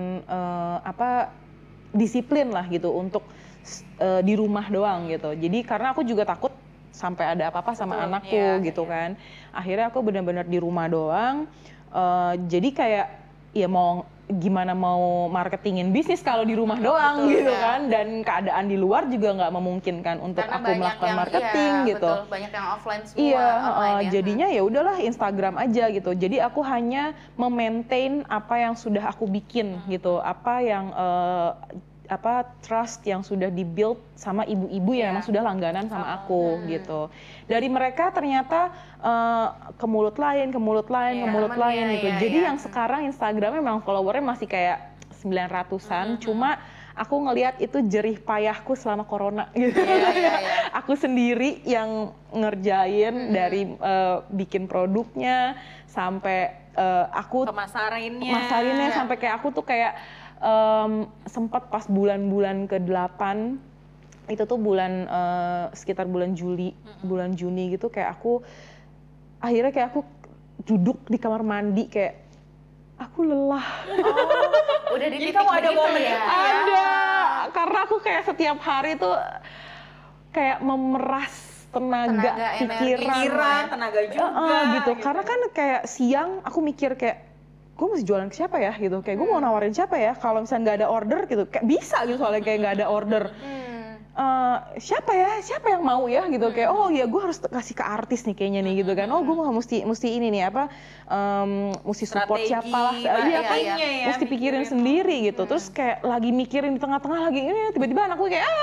disiplin lah gitu untuk di rumah doang gitu. Jadi karena aku juga takut sampai ada apa-apa sama anakku gitu kan. Akhirnya aku benar-benar di rumah doang. Jadi kayak ya mau gimana mau marketingin bisnis kalau di rumah doang gitu kan, dan keadaan di luar juga nggak memungkinkan untuk karena aku melakukan marketing gitu. Betul, banyak yang offline semua. Iya, jadinya ya udahlah Instagram aja gitu. Jadi aku hanya memaintain apa yang sudah aku bikin gitu, apa yang trust yang sudah dibuild sama ibu-ibu yang memang sudah langganan sama aku gitu. Dari mereka ternyata ke mulut lain gitu. Jadi yang sekarang Instagramnya memang followernya masih kayak 900-an, cuma aku ngelihat itu jerih payahku selama corona gitu. Aku sendiri yang ngerjain dari bikin produknya sampai aku pemasarinnya sampai kayak aku tuh kayak sempat pas bulan-bulan ke-8 itu tuh sekitar bulan Juni gitu, kayak aku akhirnya kayak aku duduk di kamar mandi kayak aku lelah. Udah di titik kamu ada momen ya? Ada, karena aku kayak setiap hari tuh kayak memeras tenaga pikiran, tenaga juga gitu. Karena kan kayak siang aku mikir kayak gue mesti jualan ke siapa ya gitu, kayak gue mau nawarin siapa ya kalau misalnya nggak ada order gitu, kayak bisa gitu soalnya kayak nggak ada order. Siapa yang mau ya gitu, kayak oh ya gue harus kasih ke artis nih kayaknya nih gitu kan, oh gue mesti ini nih mesti support siapa lah, mesti pikirin sendiri gitu. Terus kayak lagi mikirin di tengah-tengah lagi ini tiba-tiba anakku kayak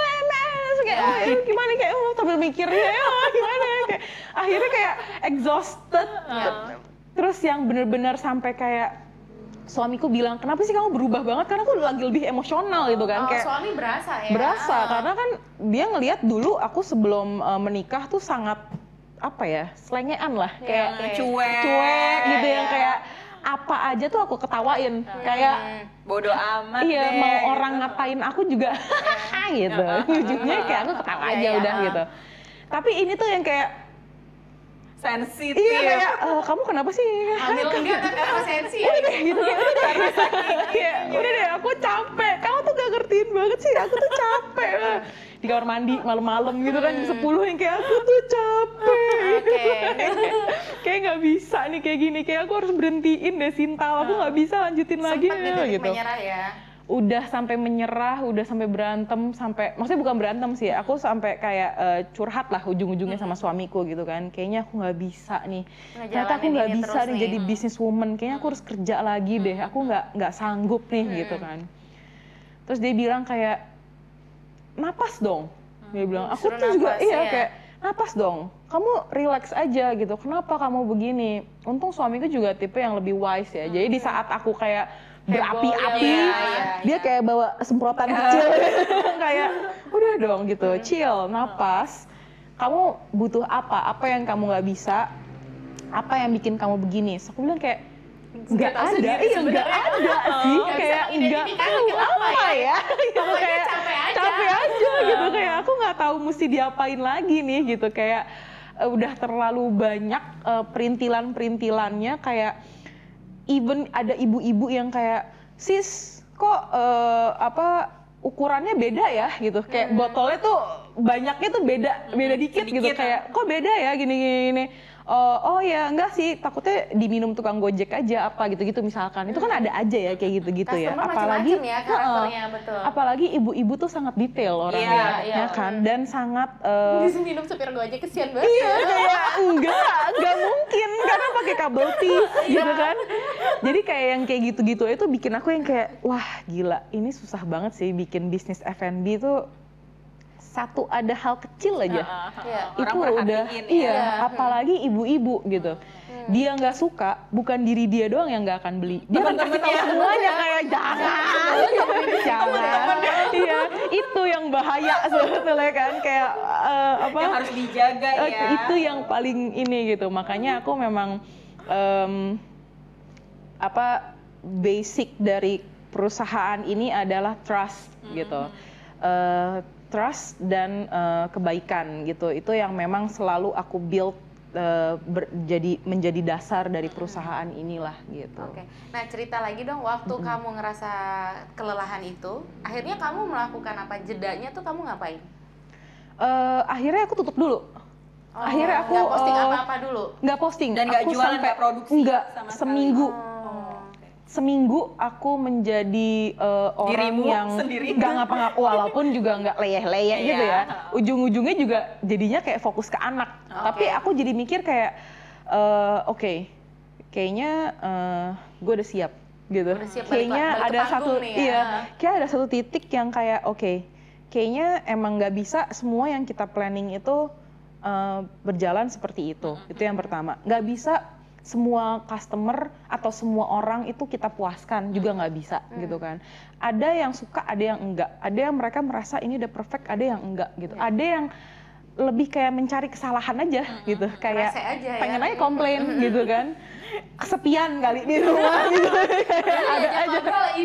gimana kayak sambil mikirnya gimana kayak akhirnya kayak exhausted. Terus yang bener-bener sampai kayak suamiku bilang, kenapa sih kamu berubah banget? Karena aku lagi lebih emosional gitu kan. Kayak suami berasa ya? Berasa, karena kan dia ngelihat dulu aku sebelum menikah tuh sangat, selengean lah. Kayak cuek gitu yang kayak apa aja tuh aku ketawain. Kayak bodoh amat iya, mau orang ngatain aku juga gitu. Ujungnya kayak aku ketawa aja udah gitu. Tapi ini tuh yang kayak sensitif. Iya kayak kamu kenapa sih? Hamil enggak kan karena sensi. Udah deh gitu udah deh aku capek. Kamu tuh gak ngertiin banget sih, aku tuh capek. Di kamar mandi malam-malam gitu kan jam 10 yang kayak aku tuh capek. Kayak nggak bisa nih kayak gini, kayak aku harus berhentiin deh Sinta, aku nggak bisa lanjutin lagi gitu. Menyerah ya? Udah sampai menyerah, udah sampai berantem, maksudnya bukan berantem sih, aku sampai kayak curhat lah ujung-ujungnya sama suamiku gitu kan. Kayaknya aku nggak bisa nih, ternyata aku nggak bisa nih jadi businesswoman, kayaknya aku harus kerja lagi deh, aku nggak sanggup nih gitu kan. Terus dia bilang kayak, napas dong, dia bilang, aku tuh juga kayak, napas dong, kamu relax aja gitu, kenapa kamu begini? Untung suamiku juga tipe yang lebih wise ya, jadi di saat aku kayak berapi-api, dia kayak bawa semprotan kecil, kayak udah dong gitu, chill, napas. Kamu butuh apa yang kamu nggak bisa, apa yang bikin kamu begini? So, aku bilang kayak nggak ada sih, kayak nggak tahu apa ya, gitu kayak capek aja gitu, kayak aku nggak tahu mesti diapain lagi nih gitu, kayak udah terlalu banyak perintilannya kayak. Even ada ibu-ibu yang kayak, sis kok ukurannya beda ya gitu, kayak botolnya tuh banyaknya tuh beda dikit gitu, kayak kok beda ya gini. Oh ya enggak sih, takutnya diminum tukang Gojek aja apa gitu-gitu misalkan. Itu kan ada aja ya kayak gitu-gitu ya. Apalagi ya karakternya, betul. Apalagi ibu-ibu tuh sangat detail orangnya, ya kan, dan sangat minum supir Gojek kesian banget. Iya, kayak enggak mungkin karena pakai kabel tis gitu kan. Jadi kayak yang kayak gitu-gitu itu bikin aku yang kayak wah gila, ini susah banget sih bikin bisnis F&B itu. Satu ada hal kecil aja, itu udah apalagi ibu-ibu gitu. Dia nggak suka, bukan diri dia doang yang nggak akan beli. Dia akan kasih tahu semuanya kayak jangan. Iya, itu yang bahaya sebetulnya kan, kayak yang harus dijaga ya. Itu yang paling ini gitu. Makanya aku memang basic dari perusahaan ini adalah trust gitu. Trust dan kebaikan gitu, itu yang memang selalu aku build menjadi dasar dari perusahaan inilah gitu. Oke. Nah cerita lagi dong, waktu kamu ngerasa kelelahan itu, akhirnya kamu melakukan apa? Jedanya tuh kamu ngapain? Akhirnya aku tutup dulu. Akhirnya aku nggak posting apa-apa dulu? Nggak posting. Dan nggak jualan, nggak produksi? Nggak, seminggu. seminggu aku menjadi orang yang nggak ngapa-ngapa, walaupun juga nggak leyeh-leyeh gitu ya. Ujung-ujungnya juga jadinya kayak fokus ke anak. Tapi aku jadi mikir kayak, oke, kayaknya gue udah siap gitu. Kayaknya ada satu, kayak ada satu titik yang kayak oke, kayaknya emang nggak bisa semua yang kita planning itu berjalan seperti itu. Itu yang pertama. Nggak bisa semua customer atau semua orang itu kita puaskan, juga nggak bisa gitu kan. Ada yang suka, ada yang enggak. Ada yang mereka merasa ini udah perfect, ada yang enggak gitu. Ada yang lebih kayak mencari kesalahan aja gitu, kayak pengen aja komplain gitu kan. Kesepian kali di rumah gitu. Ada aja.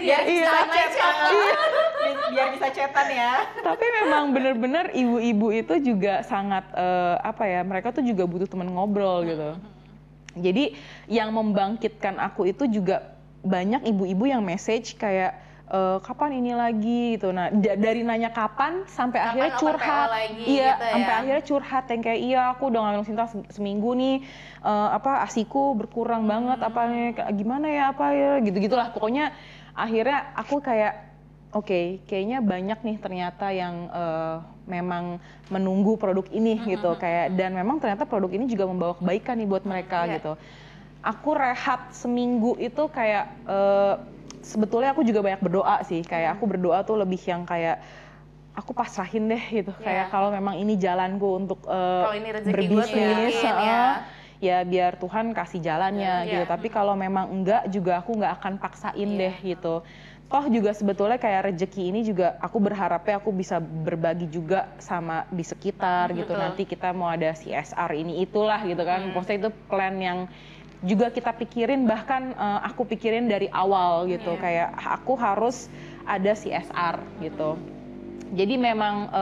Biar bisa chatan ya. Tapi memang bener-bener ibu-ibu itu juga sangat mereka tuh juga butuh teman ngobrol gitu. Jadi yang membangkitkan aku itu juga banyak ibu-ibu yang message kayak kapan ini lagi gitu. Nah dari nanya kapan sampai akhirnya curhat, sampai akhirnya curhat yang kayak aku udah ngambil Sinta seminggu nih, asiku berkurang banget, gimana ya gitu-gitulah. Pokoknya akhirnya aku kayak oke, kayaknya banyak nih ternyata yang memang menunggu produk ini gitu, kayak dan memang ternyata produk ini juga membawa kebaikan nih buat mereka gitu. Aku rehat seminggu itu kayak sebetulnya aku juga banyak berdoa sih, kayak aku berdoa tuh lebih yang kayak aku pasrahin deh gitu, kayak kalau memang ini jalanku untuk berbisnis, ya biar Tuhan kasih jalannya gitu. Tapi kalau memang enggak juga aku nggak akan paksain deh gitu. Toh juga sebetulnya kayak rezeki ini juga aku berharapnya aku bisa berbagi juga sama di sekitar gitu. Nanti kita mau ada CSR ini itulah gitu kan. Maksudnya itu plan yang juga kita pikirin, bahkan aku pikirin dari awal gitu. Kayak aku harus ada CSR gitu. Jadi memang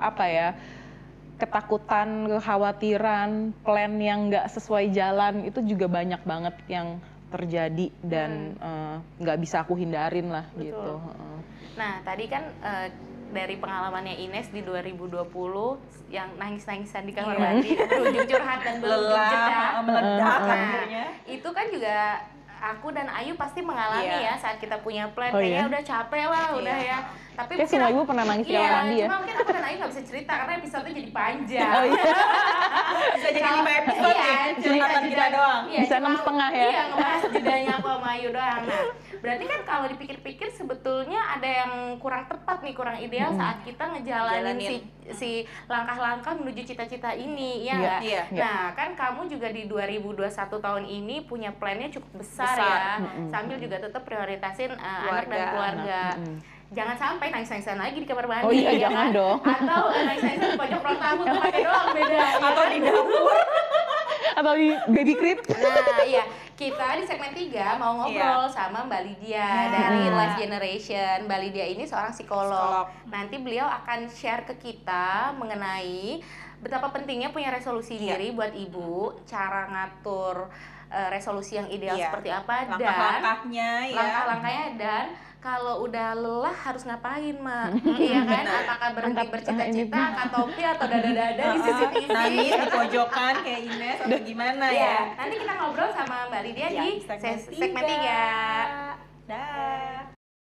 ketakutan, kekhawatiran, plan yang nggak sesuai jalan itu juga banyak banget yang terjadi dan nggak bisa aku hindarin lah. Betul. Gitu. Nah tadi kan dari pengalamannya Ines di 2020 yang nangis-nangisan di kamar mandi, berujung curhat dan belum jeda, meledak akhirnya. Itu kan juga aku dan Ayu pasti mengalami ya saat kita punya plan, kayaknya udah capek lah, udah ya. Tapi kayak semua ibu pernah nangis di kamar mandi ya. Cuma mungkin aku dan Ayu nggak bisa cerita karena episode-nya jadi panjang. Bisa jadi 5 episode ya, curhatan kita doang. Bisa 6,5 ya. Iya, ngebahas jedanya aku sama Ayu doang. Nah, berarti kan kalau dipikir-pikir sebetulnya ada yang kurang tepat nih, kurang ideal saat kita ngejalanin si langkah-langkah menuju cita-cita ini, ya nggak? Nah, kan kamu juga di 2021 tahun ini punya plannya cukup besar. Ya. Sambil juga tetap prioritasin anak dan keluarga. Jangan sampai nangis-nangisan lagi di kamar mandi. Oh iya, jangan dong. Atau nangis-nangisan di pojok ruang tamu tuh pakai doang beda. Atau di dapur. Atau di baby crib. Nah iya, kita di segmen 3 mau ngobrol sama Mbak Lydia dari Life Generation. Mbak Lydia ini seorang psikolog. Nanti beliau akan share ke kita mengenai betapa pentingnya punya resolusi diri buat ibu, cara ngatur resolusi yang ideal seperti apa, langkah-langkahnya dan kalau udah lelah harus ngapain, Mak? Iya kan? Apakah berhenti bercita-cita, angkat topi atau dada-dada di CCTV? Nangis di pojokan kayak Ines atau gimana ya? Nanti kita ngobrol sama Mbak Lydia di segmen 3. Dah.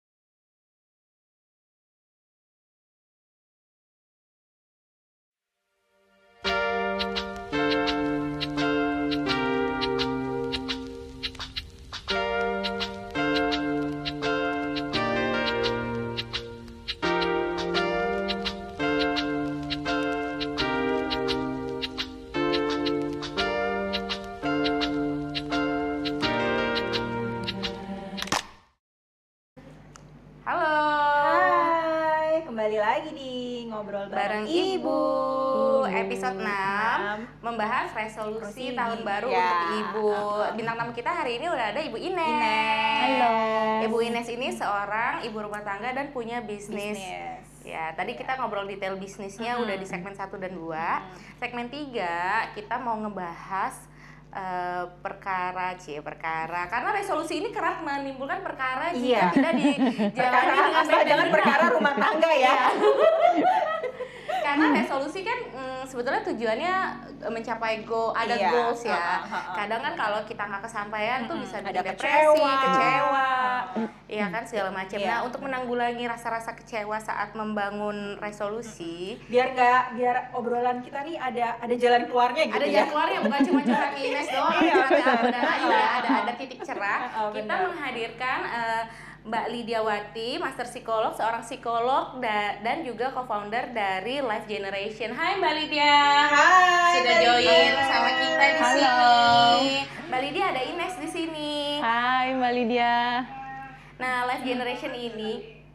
Bareng Ibu, episode 6 membahas resolusi tahun baru untuk ibu. Bintang tamu kita hari ini udah ada Ibu Ines. Halo. Ibu Ines ini seorang ibu rumah tangga dan punya bisnis. Ya, tadi kita ngobrol detail bisnisnya udah di segmen 1 dan 2. Segmen 3 kita mau ngebahas perkara karena resolusi ini kerap menimbulkan perkara jika tidak dijalani dengan baik. Jangan perkara rumah tangga ya. karena resolusi kan sebetulnya tujuannya mencapai goals ya. Kadang kan kalau kita nggak kesampaian tuh bisa bikin depresi, kecewa, ya kan segala macam. Nah, untuk menanggulangi rasa-rasa kecewa saat membangun resolusi, biar obrolan kita nih ada jalan keluarnya gitu. Ada jalan keluarnya, bukan cuma curhat Ines doang, ada titik cerah. Kita menghadirkan Mbak Lydia Wati, Master Psikolog, seorang psikolog dan juga co-founder dari Life Generation. Hai Mbak Lydia. Hai. Sudah join sama kita di sini. Mbak Lydia, ada Ines di sini. Hai Mbak Lydia. Nah, Life Generation ini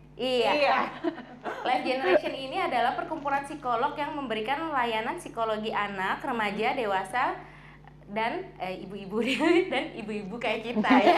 Life Generation ini adalah perkumpulan psikolog yang memberikan layanan psikologi anak, remaja, dewasa, dan ibu-ibu dan ibu-ibu kayak kita ya.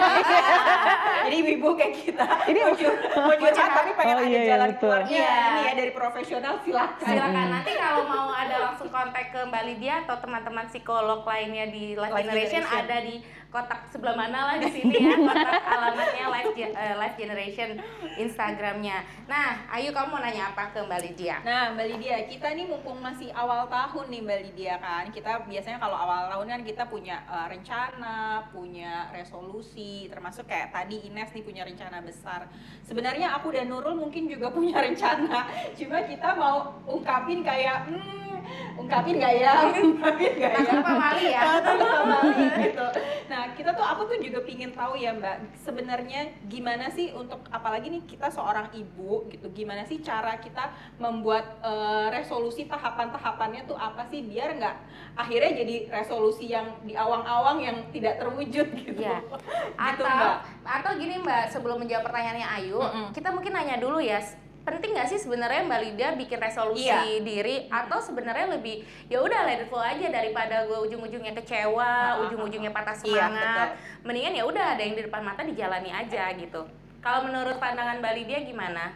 Jadi ibu-ibu kayak kita. Ini mau curhat tapi pengen ada jalan keluarnya. Ini ya dari profesional silakan. Nanti kalau mau ada langsung kontak ke Mbak Lydia atau teman-teman psikolog lainnya di Life Generation ada di kotak sebelah mana lah di sini ya, kotak alamatnya Life Generation Instagramnya. Nah, Ayu, kamu mau nanya apa ke Mbak Lydia? Nah, Mbak Lydia, kita nih mumpung masih awal tahun nih Mbak Lydia kan, kita biasanya kalau awal tahun kan kita punya rencana, punya resolusi, termasuk kayak tadi Ines nih punya rencana besar. Sebenarnya aku dan Nurul mungkin juga punya rencana, cuma kita mau ungkapin kayak ungkapin gak ya? Takut pamali ya? Takut pamali gitu. Nah, aku tuh juga pingin tahu ya Mbak, sebenarnya gimana sih untuk, apalagi nih kita seorang ibu gitu, gimana sih cara kita membuat resolusi, tahapan-tahapannya tuh apa sih biar nggak akhirnya jadi resolusi yang di awang-awang yang tidak terwujud gitu. Ya. Gitu, Mbak. Atau gini Mbak, sebelum menjawab pertanyaannya Ayu, kita mungkin nanya dulu ya, penting nggak sih sebenarnya Mbak Lydia bikin resolusi diri, atau sebenarnya lebih ya udah let it flow aja daripada gue ujung-ujungnya kecewa, ujung-ujungnya patah semangat, mendingan ya udah ada yang di depan mata dijalani aja gitu. Kalau menurut pandangan Mbak Lydia gimana?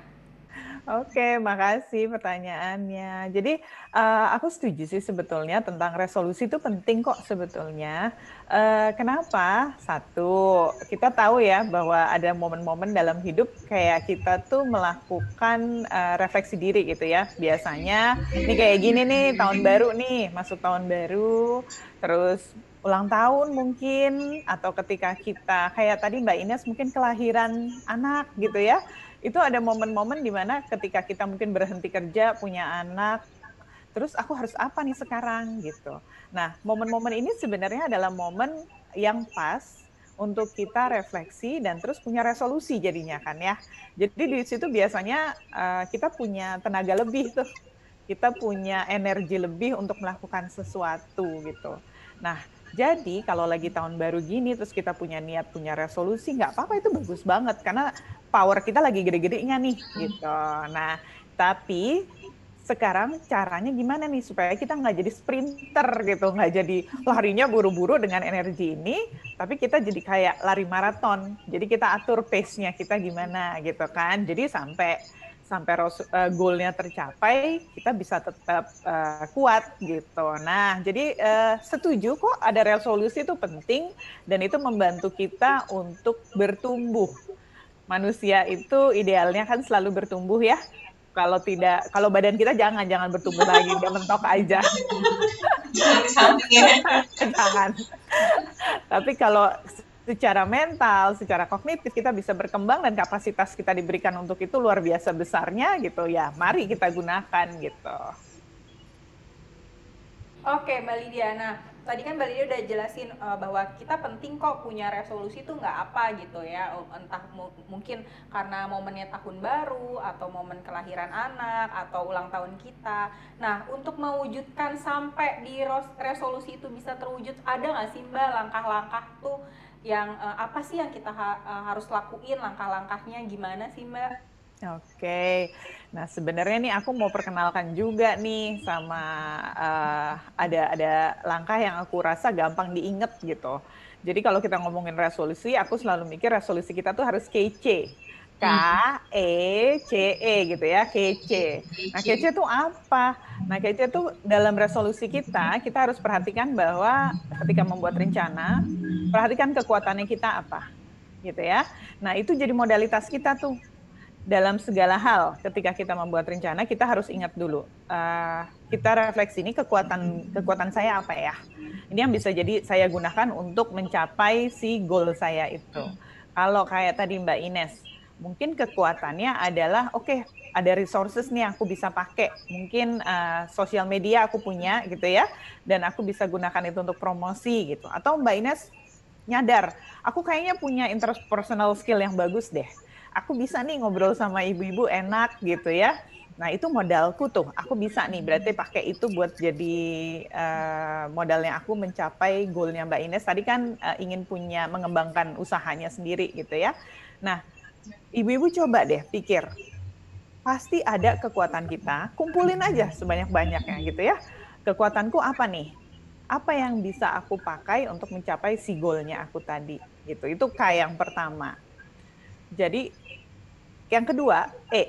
Oke, makasih pertanyaannya. Jadi aku setuju sih sebetulnya tentang resolusi itu penting kok sebetulnya. Kenapa? Satu, kita tahu ya bahwa ada momen-momen dalam hidup kayak kita tuh melakukan refleksi diri gitu ya. Biasanya nih kayak gini nih, tahun baru nih, masuk tahun baru, terus ulang tahun mungkin, atau ketika kita kayak tadi Mbak Ines mungkin kelahiran anak gitu ya. Itu ada momen-momen di mana ketika kita mungkin berhenti kerja, punya anak, terus aku harus apa nih sekarang gitu. Nah, momen-momen ini sebenarnya adalah momen yang pas untuk kita refleksi dan terus punya resolusi jadinya kan ya. Jadi di situ biasanya kita punya tenaga lebih tuh. Kita punya energi lebih untuk melakukan sesuatu gitu. Nah, jadi kalau lagi tahun baru gini terus kita punya niat, punya resolusi, nggak apa-apa, itu bagus banget karena power kita lagi gede-gedenya nih gitu. Nah, tapi sekarang caranya gimana nih supaya kita nggak jadi sprinter gitu, nggak jadi larinya buru-buru dengan energi ini, tapi kita jadi kayak lari maraton. Jadi kita atur pace-nya kita gimana gitu kan. Jadi sampai goal-nya tercapai, kita bisa tetap kuat gitu. Nah, jadi setuju kok ada resolusi itu penting dan itu membantu kita untuk bertumbuh. Manusia itu idealnya kan selalu bertumbuh ya. Kalau badan kita jangan bertumbuh lagi, udah mentok aja. Jangan. Tapi kalau secara mental, secara kognitif kita bisa berkembang dan kapasitas kita diberikan untuk itu luar biasa besarnya gitu ya. Mari kita gunakan gitu. Oke, Mbak Lydia. Nah, tadi kan Mbak Lydia udah jelasin bahwa kita penting kok punya resolusi itu nggak apa gitu ya. Entah mungkin karena momennya tahun baru atau momen kelahiran anak atau ulang tahun kita. Nah, untuk mewujudkan sampai di resolusi itu bisa terwujud, ada nggak sih Mbak langkah-langkah tuh yang apa sih yang kita harus lakuin, langkah-langkahnya gimana sih Mbak? Oke, nah sebenarnya nih aku mau perkenalkan juga nih sama ada langkah yang aku rasa gampang diinget gitu. Jadi kalau kita ngomongin resolusi, aku selalu mikir resolusi kita tuh harus kece. KECE gitu ya, kece. Nah, kece itu apa? Nah, kece itu dalam resolusi kita harus perhatikan bahwa ketika membuat rencana, perhatikan kekuatannya kita apa, gitu ya. Nah, itu jadi modalitas kita tuh. dalam segala hal ketika kita membuat rencana kita harus ingat dulu kita refleksi ini kekuatan saya apa ya, ini yang bisa jadi saya gunakan untuk mencapai si goal saya itu. Kalau kayak tadi Mbak Ines, mungkin kekuatannya adalah oke, ada resources nih aku bisa pakai, mungkin sosial media aku punya gitu ya, dan aku bisa gunakan itu untuk promosi gitu. Atau Mbak Ines nyadar aku kayaknya punya interpersonal skill yang bagus deh, aku bisa nih ngobrol sama ibu-ibu enak gitu ya. Nah itu modalku tuh, aku bisa nih berarti pakai itu buat jadi modalnya aku mencapai goalnya Mbak Ines. Tadi kan ingin mengembangkan usahanya sendiri gitu ya. Nah ibu-ibu coba deh pikir, pasti ada kekuatan kita, kumpulin aja sebanyak-banyaknya gitu ya. Kekuatanku apa nih? Apa yang bisa aku pakai untuk mencapai si goalnya aku tadi gitu. Itu kayak yang pertama. Jadi yang kedua,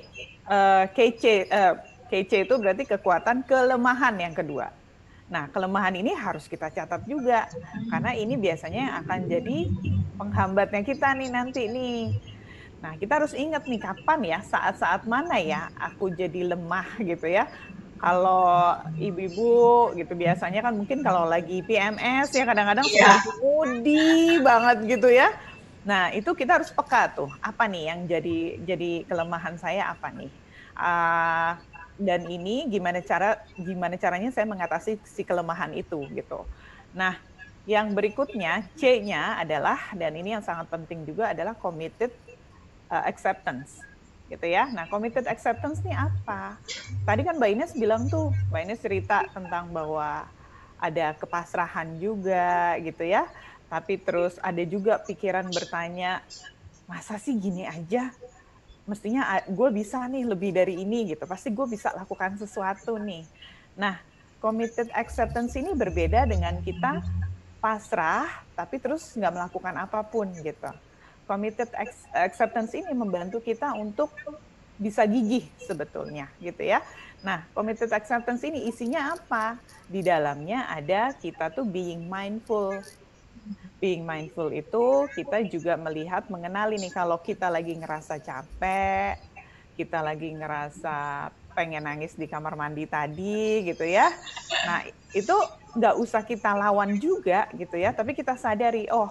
KC itu berarti kekuatan kelemahan yang kedua. Nah, kelemahan ini harus kita catat juga, karena ini biasanya akan jadi penghambatnya kita nih nanti nih. Nah, kita harus ingat nih kapan ya, saat-saat mana ya aku jadi lemah gitu ya. Kalau ibu-ibu gitu biasanya kan mungkin kalau lagi PMS ya kadang-kadang moody banget gitu ya. Nah, itu kita harus peka tuh, apa nih yang jadi kelemahan saya apa nih? Dan ini gimana caranya saya mengatasi si kelemahan itu gitu. Nah, yang berikutnya C-nya adalah, dan ini yang sangat penting juga adalah committed acceptance gitu ya. Nah, committed acceptance ini apa? Tadi kan Mbak Ines bilang tuh, Mbak Ines cerita tentang bahwa ada kepasrahan juga gitu ya. Tapi terus ada juga pikiran bertanya, masa sih gini aja? Mestinya gue bisa nih lebih dari ini gitu. Pasti gue bisa lakukan sesuatu nih. Nah, committed acceptance ini berbeda dengan kita pasrah, tapi terus nggak melakukan apapun gitu. Committed acceptance ini membantu kita untuk bisa gigih sebetulnya gitu ya. Nah, committed acceptance ini isinya apa? Di dalamnya ada kita tuh being mindful. Being mindful itu kita juga melihat, mengenali nih kalau kita lagi ngerasa capek, kita lagi ngerasa pengen nangis di kamar mandi tadi gitu ya. Nah itu nggak usah kita lawan juga gitu ya, tapi kita sadari, oh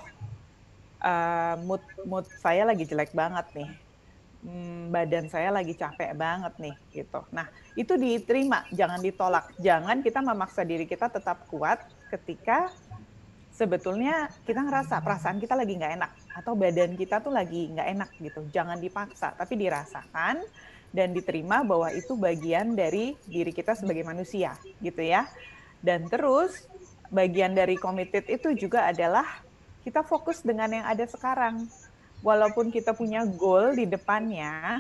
mood saya lagi jelek banget nih, badan saya lagi capek banget nih gitu. Nah itu diterima, jangan ditolak, jangan kita memaksa diri kita tetap kuat ketika sebetulnya kita ngerasa perasaan kita lagi nggak enak atau badan kita tuh lagi nggak enak gitu. Jangan dipaksa, tapi dirasakan dan diterima bahwa itu bagian dari diri kita sebagai manusia gitu ya. Dan terus bagian dari committed itu juga adalah kita fokus dengan yang ada sekarang. Walaupun kita punya goal di depannya,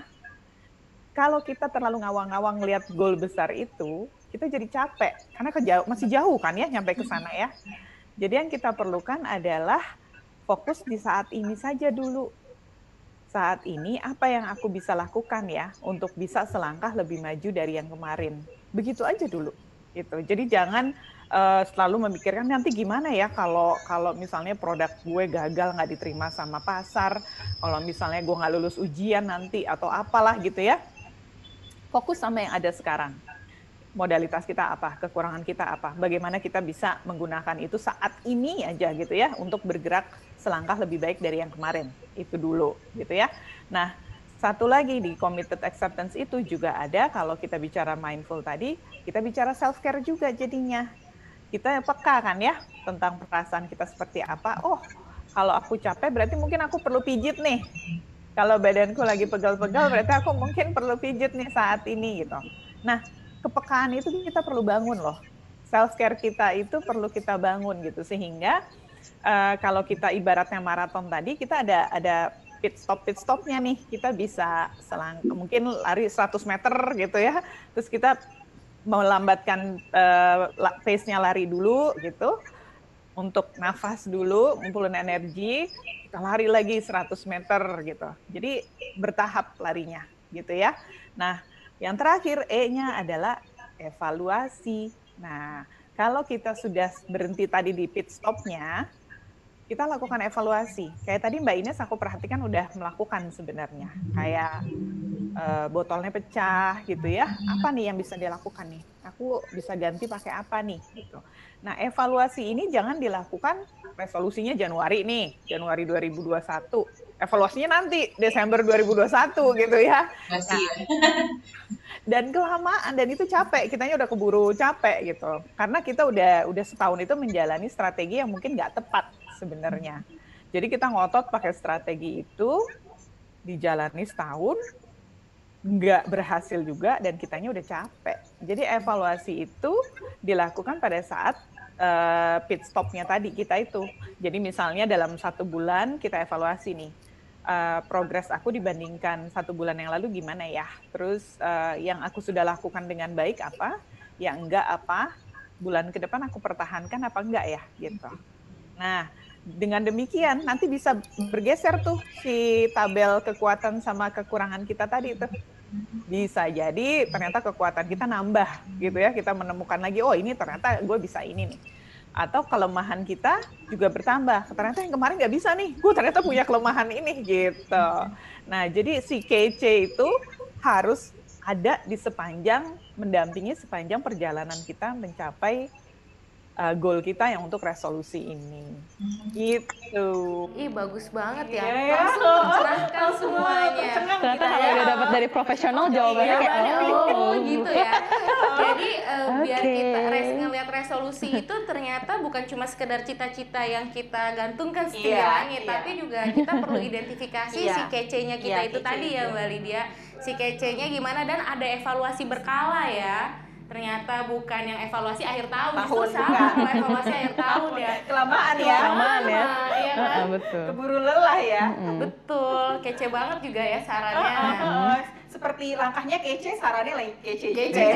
kalau kita terlalu ngawang-ngawang lihat goal besar itu, kita jadi capek karena masih jauh kan ya nyampe ke sana ya. Jadi yang kita perlukan adalah fokus di saat ini saja dulu. Saat ini apa yang aku bisa lakukan ya untuk bisa selangkah lebih maju dari yang kemarin. Begitu aja dulu. Gitu. Jadi jangan selalu memikirkan nanti gimana ya kalau misalnya produk gue gagal nggak diterima sama pasar, kalau misalnya gue nggak lulus ujian nanti atau apalah gitu ya. Fokus sama yang ada sekarang. Modalitas kita apa, kekurangan kita apa, bagaimana kita bisa menggunakan itu saat ini aja gitu ya, untuk bergerak selangkah lebih baik dari yang kemarin, itu dulu gitu ya. Nah, satu lagi di committed acceptance itu juga ada, kalau kita bicara mindful tadi, kita bicara self-care juga jadinya. Kita peka kan ya, tentang perasaan kita seperti apa, oh kalau aku capek berarti mungkin aku perlu pijit nih. Kalau badanku lagi pegal-pegal berarti aku mungkin perlu pijit nih saat ini gitu. Nah, kepekaan itu kita perlu bangun loh. Self-care kita itu perlu kita bangun gitu. Sehingga kalau kita ibaratnya maraton tadi, kita ada pit stopnya nih. Kita bisa mungkin lari 100 meter gitu ya. Terus kita melambatkan pace-nya lari dulu gitu. Untuk nafas dulu, ngumpulin energi, kita lari lagi 100 meter gitu. Jadi bertahap larinya gitu ya. Nah, yang terakhir E-nya adalah evaluasi. Nah, kalau kita sudah berhenti tadi di pit stop-nya, kita lakukan evaluasi. Kayak tadi Mbak Ines aku perhatikan udah melakukan sebenarnya. Kayak botolnya pecah gitu ya, apa nih yang bisa dilakukan nih? Aku bisa ganti pakai apa nih? Gitu. Nah, evaluasi ini jangan dilakukan resolusinya Januari nih, Januari 2021. Evaluasinya nanti Desember 2021 gitu ya. Masih ya. Dan kelamaan, dan itu capek, kitanya udah keburu capek gitu. Karena kita udah setahun itu menjalani strategi yang mungkin nggak tepat sebenarnya. Jadi kita ngotot pakai strategi itu, dijalani setahun, nggak berhasil juga, dan kitanya udah capek. Jadi evaluasi itu dilakukan pada saat pit stopnya tadi kita itu. Jadi misalnya dalam 1 bulan kita evaluasi nih, progres aku dibandingkan 1 bulan yang lalu gimana ya. Terus yang aku sudah lakukan dengan baik apa, yang enggak apa, bulan ke depan aku pertahankan apa enggak ya gitu. Nah, dengan demikian nanti bisa bergeser tuh si tabel kekuatan sama kekurangan kita tadi itu. Bisa jadi ternyata kekuatan kita nambah gitu ya, kita menemukan lagi, oh ini ternyata gue bisa ini nih. Atau kelemahan kita juga bertambah, ternyata yang kemarin nggak bisa nih, gue ternyata punya kelemahan ini gitu. Nah, jadi si KC itu harus ada di mendampingi sepanjang perjalanan kita mencapai goal kita yang untuk resolusi ini. Gitu. Ih, bagus banget ya. Langsung mencerahkan semuanya. Ternyata kalau udah dapat dari profesional jawabannya kayak gitu ya. Jadi biar kita ngelihat resolusi itu ternyata bukan cuma sekedar cita-cita yang kita gantungkan setinggi langit, tapi juga kita perlu identifikasi si kece-nya kita itu tadi ya Mbak Lydia. Si kece-nya gimana, dan ada evaluasi berkala ya. Ternyata bukan yang evaluasi akhir tahun, justru salah kalau evaluasi akhir tahun ya. Kelamaan ya. Iya kan? Betul. Keburu lelah ya. Betul, kece banget juga ya sarannya. Seperti langkahnya kece, sarannya lagi kece juga.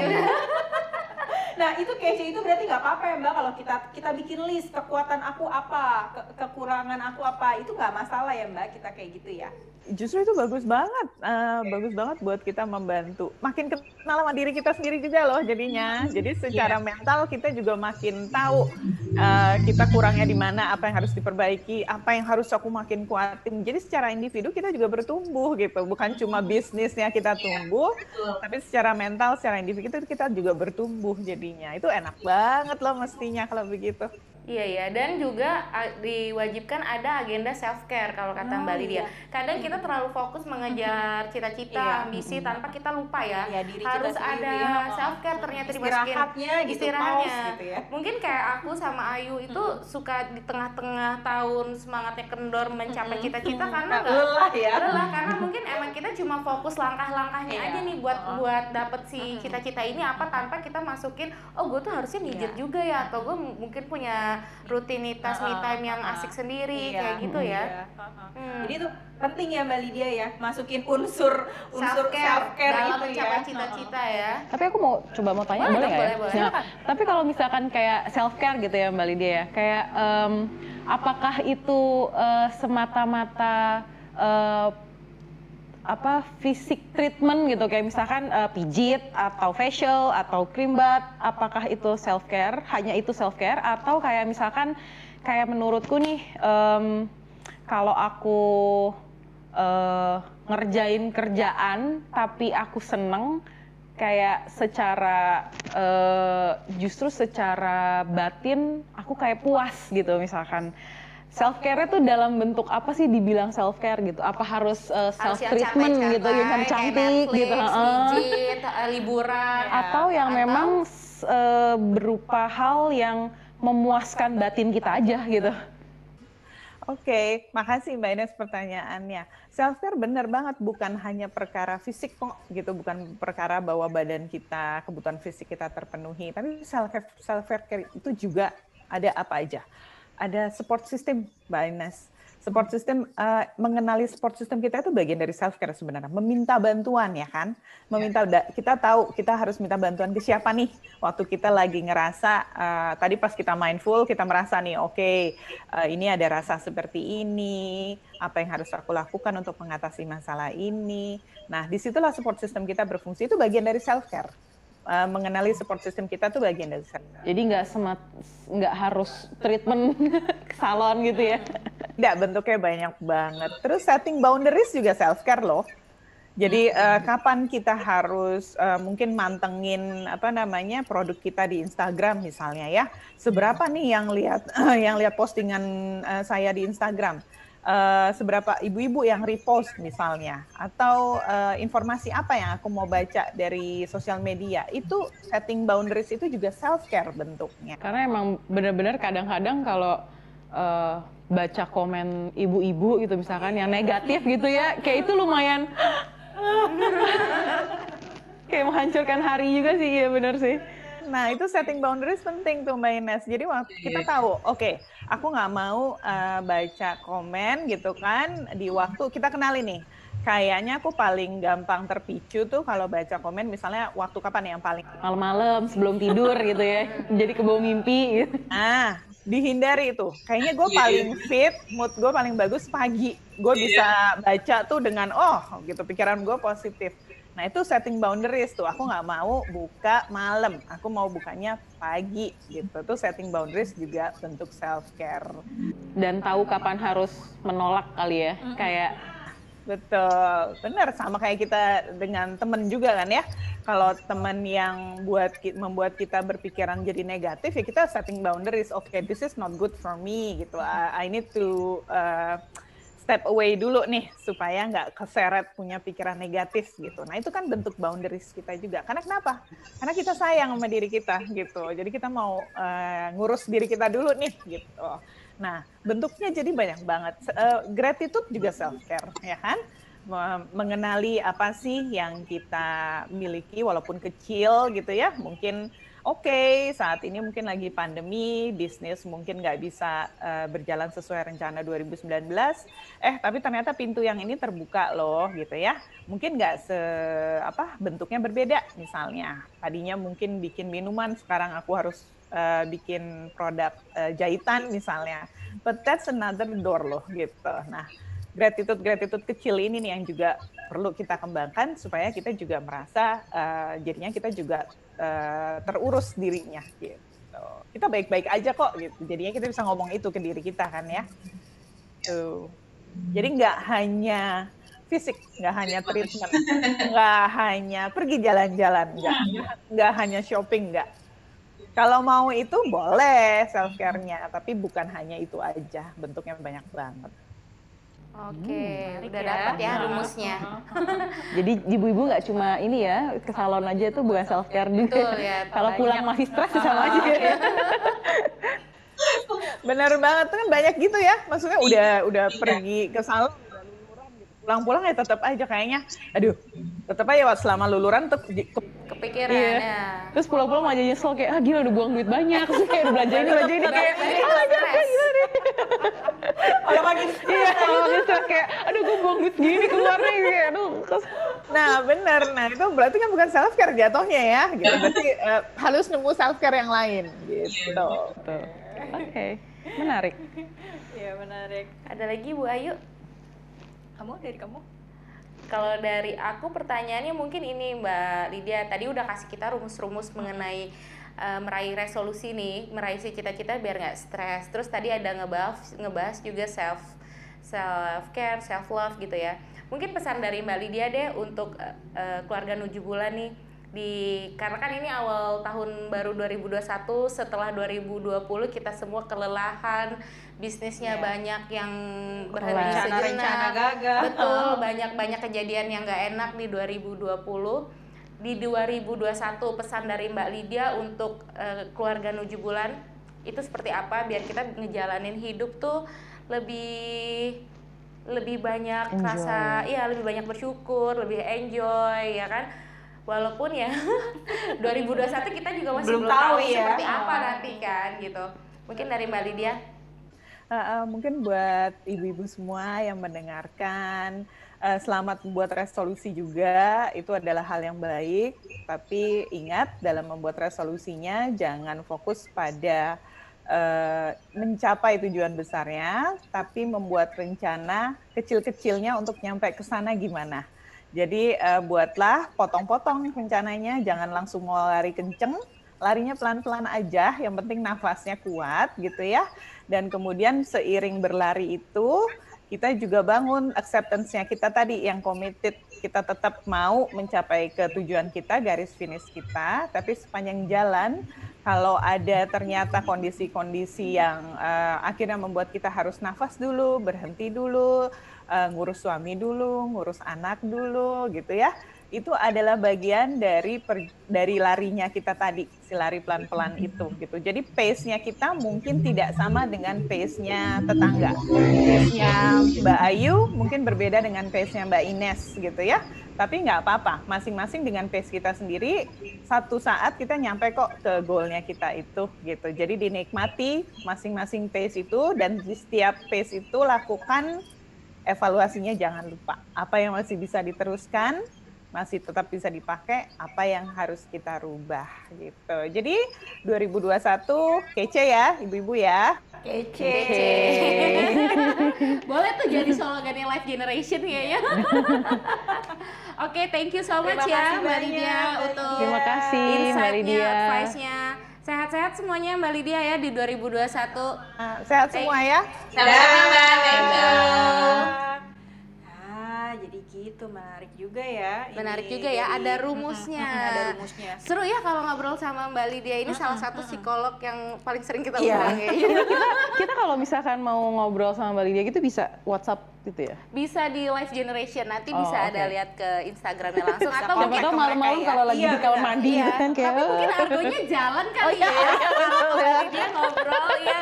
Nah, itu kece itu berarti nggak apa-apa ya Mbak, kalau kita bikin list kekuatan aku apa, kekurangan aku apa, itu nggak masalah ya Mbak, kita kayak gitu ya. Justru itu bagus banget buat kita membantu. Makin kenal sama diri kita sendiri juga loh jadinya. Jadi secara mental kita juga makin tahu kita kurangnya di mana, apa yang harus diperbaiki, apa yang harus aku makin kuatin. Jadi secara individu kita juga bertumbuh gitu. Bukan cuma bisnisnya kita tumbuh, tapi secara mental, secara individu kita juga bertumbuh jadinya. Itu enak banget loh mestinya kalau begitu. Iya ya, dan juga diwajibkan ada agenda self care kalau kata Mbak Lydia. Kadang kita terlalu fokus mengejar cita-cita, ambisi tanpa kita lupa ya. Harus ada self care ternyata dimasukin istirahatnya. Gitu ya. Mungkin kayak aku sama Ayu itu suka di tengah-tengah tahun semangatnya kendor mencapai cita-cita karena nggak lelah karena mungkin emang kita cuma fokus langkah-langkahnya aja nih buat dapet si cita-cita ini apa, tanpa kita masukin gue tuh harusnya mijit juga ya, atau gue mungkin punya rutinitas me time yang asik sendiri kayak gitu ya. Jadi itu penting ya Mbak Lydia ya, masukin unsur self care dalam itu mencapai cita-cita ya. Tapi aku mau tanya, boleh nggak ya? Nah, tapi kalau misalkan kayak self care gitu ya Mbak Lydia ya, kayak apakah itu semata-mata fisik treatment gitu, kayak misalkan pijit atau facial atau cream bath, apakah itu self care, hanya itu self care, atau kayak misalkan kayak menurutku nih kalau aku ngerjain kerjaan tapi aku seneng, kayak secara justru secara batin aku kayak puas gitu. Misalkan self care itu dalam bentuk apa sih dibilang self care gitu? Apa harus self treatment gitu, yang cantik gitu, mijit, liburan, atau yang memang berupa hal yang memuaskan batin kita aja gitu? Oke, makasih Mbak Ines pertanyaannya. Self care benar banget, bukan hanya perkara fisik kok gitu, bukan perkara bahwa badan kita, kebutuhan fisik kita terpenuhi, tapi self care itu juga ada apa aja. Ada support system, Mbak Ines. Support system, mengenali support system kita itu bagian dari self care sebenarnya. Meminta bantuan ya kan. Kita tahu kita harus minta bantuan ke siapa nih. Waktu kita lagi ngerasa, tadi pas kita mindful, kita merasa nih, oke, ini ada rasa seperti ini, apa yang harus aku lakukan untuk mengatasi masalah ini. Nah, disitulah support system kita berfungsi, itu bagian dari self care. Mengenali support system kita tuh bagian dari self care. Jadi nggak harus treatment ke salon gitu ya? Nggak, bentuknya banyak banget. Terus setting boundaries juga self care loh. Jadi kapan kita harus mungkin mantengin produk kita di Instagram misalnya ya. Seberapa nih yang lihat postingan saya di Instagram? Seberapa ibu-ibu yang repost misalnya, atau informasi apa yang aku mau baca dari sosial media, itu setting boundaries itu juga self care bentuknya. Karena emang benar-benar kadang-kadang kalau baca komen ibu-ibu gitu misalkan yang negatif gitu ya, kayak itu lumayan kayak menghancurkan hari juga sih, ya benar sih. Nah, itu setting boundaries penting tuh Mbak Ines. Jadi waktu kita tahu, oke, aku nggak mau baca komen gitu kan di waktu kita kenal ini. Kayaknya aku paling gampang terpicu tuh kalau baca komen misalnya waktu kapan yang paling malam-malam sebelum tidur gitu ya. Jadi kebawa mimpi gitu. Nah, dihindari itu. Kayaknya gue paling fit, mood gue paling bagus pagi. Gue bisa baca tuh dengan gitu pikiran gue positif. Nah itu setting boundaries tuh, aku nggak mau buka malam, aku mau bukanya pagi gitu. Tuh setting boundaries juga bentuk self care. Dan tahu kapan harus menolak kali ya, kayak betul, benar sama kayak kita dengan temen juga kan ya. Kalau teman yang membuat kita berpikiran jadi negatif ya kita setting boundaries. Okay, this is not good for me gitu. I need to step away dulu nih supaya nggak keseret punya pikiran negatif gitu. Nah itu kan bentuk boundaries kita juga. Karena kenapa? Karena kita sayang sama diri kita gitu. Jadi kita mau ngurus diri kita dulu nih gitu. Nah bentuknya jadi banyak banget. Gratitude juga self care ya kan? Mengenali apa sih yang kita miliki walaupun kecil gitu ya. Mungkin oke, saat ini mungkin lagi pandemi, bisnis mungkin nggak bisa berjalan sesuai rencana 2019. Tapi ternyata pintu yang ini terbuka loh, gitu ya. Mungkin nggak bentuknya berbeda, misalnya. Tadinya mungkin bikin minuman, sekarang aku harus bikin produk jahitan misalnya. But that's another door loh, gitu. Nah, gratitude kecil ini nih yang juga perlu kita kembangkan supaya kita juga merasa jadinya kita juga terurus dirinya gitu. Kita baik-baik aja kok gitu. Jadinya kita bisa ngomong itu ke diri kita kan ya. Tuh. Jadi nggak hanya fisik, nggak hanya treatment, nggak hanya pergi jalan-jalan, nggak hanya shopping, nggak. Kalau mau itu boleh self care-nya, tapi bukan hanya itu aja, bentuknya banyak banget. Oke, udah dapat ya rumusnya. Jadi ibu-ibu nggak cuma ini ya ke salon aja tuh bukan self care juga. Betul ya. Kalau pulang masih stres sama aja. Bener banget tuh kan banyak gitu ya. Maksudnya udah pergi ke salon, udah luluran gitu. Pulang-pulang ya tetap aja kayaknya. Aduh, tetap aja selama luluran tuh kepikiran ya. Terus pulang-pulang aja nyesel kayak gila udah buang duit banyak. Terus kayak udah belanja ini kayak gila. Kalau makin stres kayak aduh gue buang duit gini keluarnya kayak aduh. Nah benar, itu berarti kan bukan self care jatuhnya ya, gitu. Berarti harus nemu self care yang lain, gitu. Oke, menarik. Iya menarik. Ada lagi Bu Ayu? Dari kamu? Kalau dari aku pertanyaannya mungkin ini Mbak Lydia, tadi udah kasih kita rumus-rumus mengenai meraih resolusi nih, meraih si cita-cita biar nggak stres. Terus tadi ada ngebahas juga self care, self love gitu ya. Mungkin pesan dari Mbak Lydia deh untuk keluarga Nuju Bulan nih, karena kan ini awal tahun baru 2021, setelah 2020 kita semua kelelahan, bisnisnya banyak yang berhenti sejenak, rencana gagal. Betul, banyak kejadian yang nggak enak di 2020. Di 2021 pesan dari Mbak Lydia untuk keluarga Nuju Bulan itu seperti apa biar kita ngejalanin hidup tuh lebih banyak rasa, lebih banyak bersyukur, lebih enjoy ya kan. Walaupun ya 2021 kita juga masih belum tahu ya seperti apa nanti kan gitu. Mungkin dari Mbak Lydia. Mungkin buat ibu-ibu semua yang mendengarkan, selamat membuat resolusi juga, itu adalah hal yang baik. Tapi ingat dalam membuat resolusinya jangan fokus pada mencapai tujuan besarnya, tapi membuat rencana kecil-kecilnya untuk nyampe ke sana gimana. Jadi buatlah potong-potong rencananya, jangan langsung mau lari kenceng, larinya pelan-pelan aja, yang penting nafasnya kuat gitu ya. Dan kemudian seiring berlari itu kita juga bangun acceptance-nya kita tadi yang committed, kita tetap mau mencapai ke tujuan kita, garis finish kita, tapi sepanjang jalan kalau ada ternyata kondisi-kondisi yang akhirnya membuat kita harus nafas dulu, berhenti dulu, ngurus suami dulu, ngurus anak dulu gitu ya. Itu adalah bagian dari larinya kita tadi, si lari pelan-pelan itu gitu. Jadi pace-nya kita mungkin tidak sama dengan pace-nya tetangga. Pace-nya Mbak Ayu mungkin berbeda dengan pace-nya Mbak Ines gitu ya. Tapi nggak apa-apa, masing-masing dengan pace kita sendiri, satu saat kita nyampe kok ke goal-nya kita itu gitu. Jadi dinikmati masing-masing pace itu, dan di setiap pace itu lakukan evaluasinya, jangan lupa. Apa yang masih bisa diteruskan, masih tetap bisa dipakai, apa yang harus kita rubah gitu. Jadi 2021 kece ya ibu-ibu ya. Kece. Boleh tuh jadi slogannya Life Generation ya. Oke, thank you so much ya Mbak Lydia untuk terima kasih Mbak Lydia, advice-nya. Sehat-sehat semuanya Mbak Lydia ya di 2021. Sehat semua ya. Sama-sama Mbak, thank you. Jadi gitu, menarik juga ya. Menarik juga ya, ada rumusnya. Ada rumusnya. Seru ya kalau ngobrol sama Mbak Lydia ini, salah satu psikolog yang paling sering kita Iya. undang ya. Kita kalau misalkan mau ngobrol sama Mbak Lydia gitu bisa WhatsApp gitu ya? Bisa di Live Generation, nanti bisa Oh, ada oke. lihat ke Instagramnya langsung, atau Siapa mungkin tahu malam-malam kalau lagi Iya, di kamar benar. mandi gitu kan kayak tapi mungkin argonya jalan kali ya. Kalau Mbak Lydia ngobrol ya.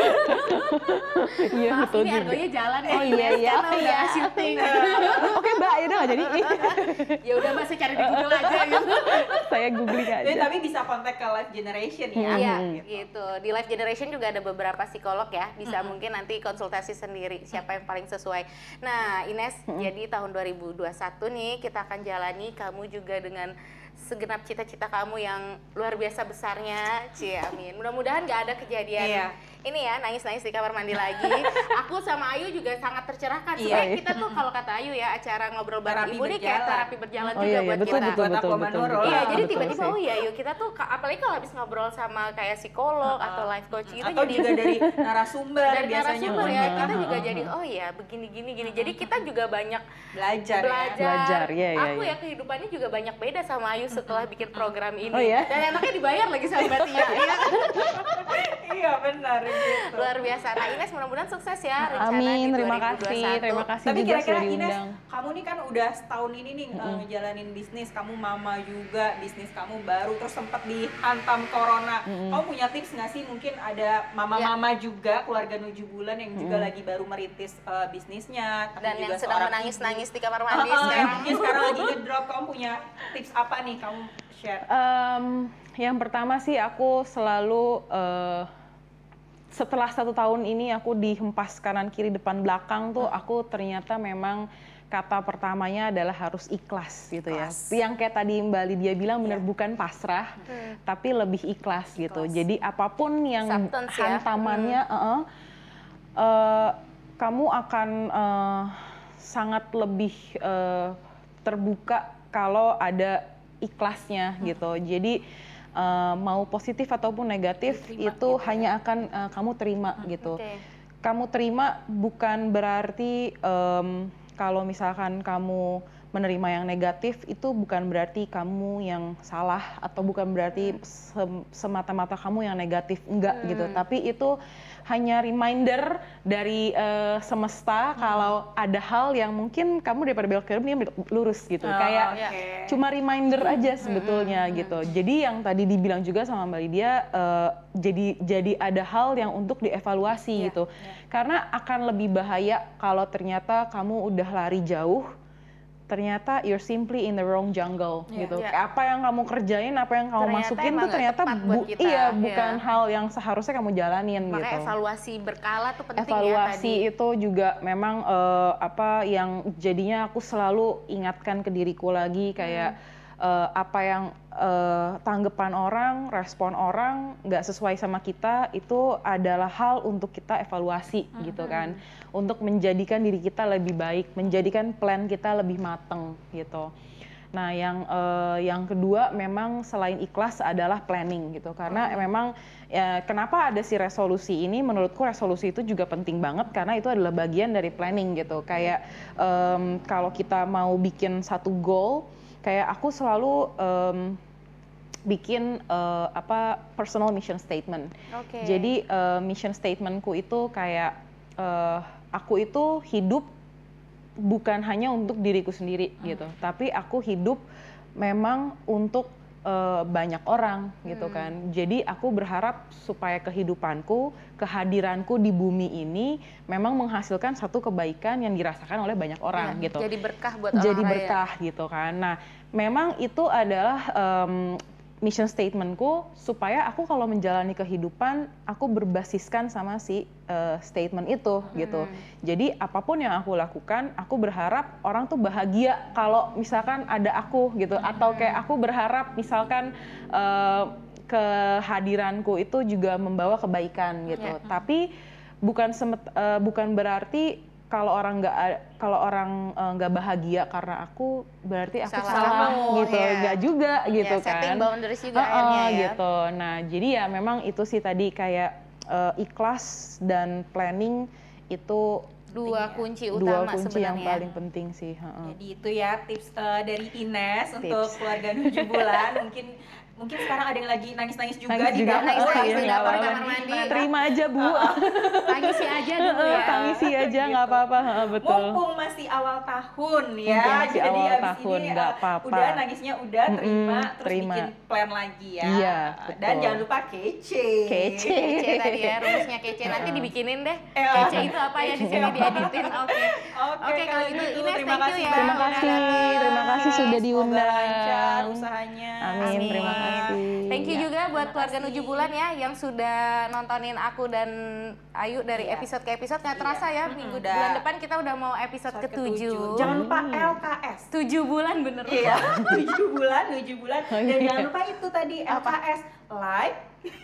iya Maaf, betul ini juga. argonya jalan ya. Oh iya, iya. Karena udah syuting. Oke Mbak, ya udah nggak jadi. Ya udah Mbak, saya cari di Google aja gitu. Saya googling aja. Tapi bisa kontak ke Life Generation ya. Iya, gitu. Di Life Generation juga ada beberapa psikolog ya. Bisa mungkin nanti konsultasi sendiri siapa yang paling sesuai. Nah, Ines, jadi tahun 2021 nih kita akan jalani kamu juga dengan segenap cita-cita kamu yang luar biasa besarnya. Cie, amin. Mudah-mudahan nggak ada kejadian ini ya, nangis-nangis di kamar mandi lagi. Aku sama Ayu juga sangat tercerahkan. Sebenarnya kita tuh kalau kata Ayu ya, acara ngobrol bareng Ibu nih kayak terapi berjalan juga buat betul, kita. betul. Iya, jadi Betul tiba-tiba sih. oh iya yuk kita tuh apalagi kalau habis ngobrol sama kayak psikolog atau life coach gitu, Atau jadi juga dari narasumber dari biasanya. narasumber ya, kita juga jadi oh ya begini gini. Jadi kita juga banyak belajar. Belajar, iya, iya, Aku iya. ya kehidupannya juga banyak beda sama Ayu setelah bikin program ini. Oh, ya? Dan enaknya dibayar lagi sama Mbak Tia. Iya. Iya benar gitu. Luar biasa. Nah, Ines mudah-mudahan sukses ya rencana Amin, di terima 2021. kasih, terima kasih Tapi juga kira-kira sudah Ines, diundang. kamu nih kan udah setahun ini nih ngejalanin bisnis, kamu mama juga, bisnis kamu baru, terus sempat dihantam corona. Kamu punya tips nggak sih? Mungkin ada mama-mama juga, keluarga 7 bulan yang juga lagi baru merintis bisnisnya. Dan yang juga sedang seorang menangis-nangis ibu. di kamar mandi Yang sekarang. mungkin sekarang lagi ngedrop, kamu punya tips apa nih? Kamu share. Yang pertama sih aku selalu setelah 1 tahun ini aku dihempas kanan kiri depan belakang tuh aku ternyata memang kata pertamanya adalah harus ikhlas gitu ya. Yang kayak tadi Mbak Lydia bilang benar, bukan pasrah tapi lebih ikhlas gitu. Jadi apapun yang Acceptance ya. hantamannya kamu akan sangat lebih terbuka kalau ada ikhlasnya gitu. Jadi mau positif ataupun negatif itu hanya akan kamu terima gitu. Kamu terima bukan berarti kalau misalkan kamu menerima yang negatif itu bukan berarti kamu yang salah atau bukan berarti semata-mata kamu yang negatif, enggak gitu. Tapi itu hanya reminder dari semesta kalau ada hal yang mungkin kamu daripada belok kiri mending lurus gitu. Kayak cuma reminder aja sebetulnya gitu. Jadi yang tadi dibilang juga sama Mbak Lydia, jadi ada hal yang untuk dievaluasi gitu. Karena akan lebih bahaya kalau ternyata kamu udah lari jauh, ternyata you're simply in the wrong jungle gitu. Apa yang kamu kerjain, apa yang kamu masukin tuh ternyata bukan hal yang seharusnya kamu jalanin. Makanya gitu. evaluasi berkala tuh penting Evaluasi ya tadi. itu juga memang apa yang jadinya aku selalu ingatkan ke diriku lagi kayak apa yang tanggapan orang, respon orang nggak sesuai sama kita itu adalah hal untuk kita evaluasi gitu kan, untuk menjadikan diri kita lebih baik, menjadikan plan kita lebih mateng gitu. Nah, yang kedua memang selain ikhlas adalah planning gitu. Karena memang kenapa ada si resolusi ini? Menurutku resolusi itu juga penting banget karena itu adalah bagian dari planning gitu. Kayak kalau kita mau bikin satu goal, kayak aku selalu bikin personal mission statement. Jadi mission statementku itu kayak aku itu hidup bukan hanya untuk diriku sendiri gitu, tapi aku hidup memang untuk banyak orang gitu kan. Jadi aku berharap supaya kehidupanku, kehadiranku di bumi ini memang menghasilkan satu kebaikan yang dirasakan oleh banyak orang gitu. Jadi berkah buat orang. Jadi berkah gitu kan. Nah, memang itu adalah mission statementku supaya aku kalau menjalani kehidupan aku berbasiskan sama si statement itu gitu. Jadi apapun yang aku lakukan, aku berharap orang tuh bahagia kalau misalkan ada aku gitu. Atau kayak aku berharap misalkan kehadiranku itu juga membawa kebaikan gitu. Tapi bukan berarti kalau orang nggak bahagia karena aku berarti aku salah gitu, nggak juga gitu kan. Setting boundaries juga akhirnya ya. Gitu. Nah jadi ya memang itu sih tadi kayak ikhlas dan planning itu dua kunci utama sebenarnya. Yang paling penting sih. Jadi itu ya tips dari Ines untuk keluarga 7 bulan. Mungkin sekarang ada yang lagi nangis-nangis juga di dapur kamar mandi. Terima aja Bu. Tangisi aja dulu ya. Tangisi aja nggak apa-apa, betul. Mumpung masih awal tahun ya. Masih jadi awal abis tahun ini nggak apa-apa. Udah nangisnya udah terus bikin plan lagi ya. Iya, dan jangan lupa kece. Kece tadi ya, rumusnya kece. Nanti dibikinin deh. Kece itu apa ya di sini dieditin. Oke, kalau gitu Ines terima kasih ya. Terima kasih sudah diundang. Lancar usahanya. Amin. Terima kasih. Thank you juga buat keluarga 7 bulan ya yang sudah nontonin aku dan Ayu dari episode ke episode. Nggak terasa ya, bulan depan kita udah mau episode ke-7. Jangan lupa LKS. 7 bulan bener. Iya, 7 bulan. Dan jangan lupa itu tadi LKS, like,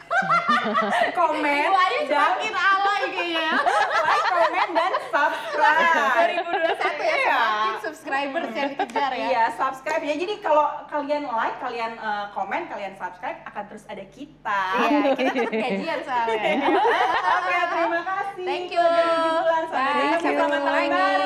komen, semakin alay kayaknya. like, komen, dan subscribe. 2021 ya, semakin subscribers yang dikejar ya. Iya, subscribe ya. Jadi kalau kalian like, kalian komen, kalian subscribe, akan terus ada kita. Iya, kita dapat gajian soalnya. Oke, terima kasih. Thank you. Sampai jumpa lagi.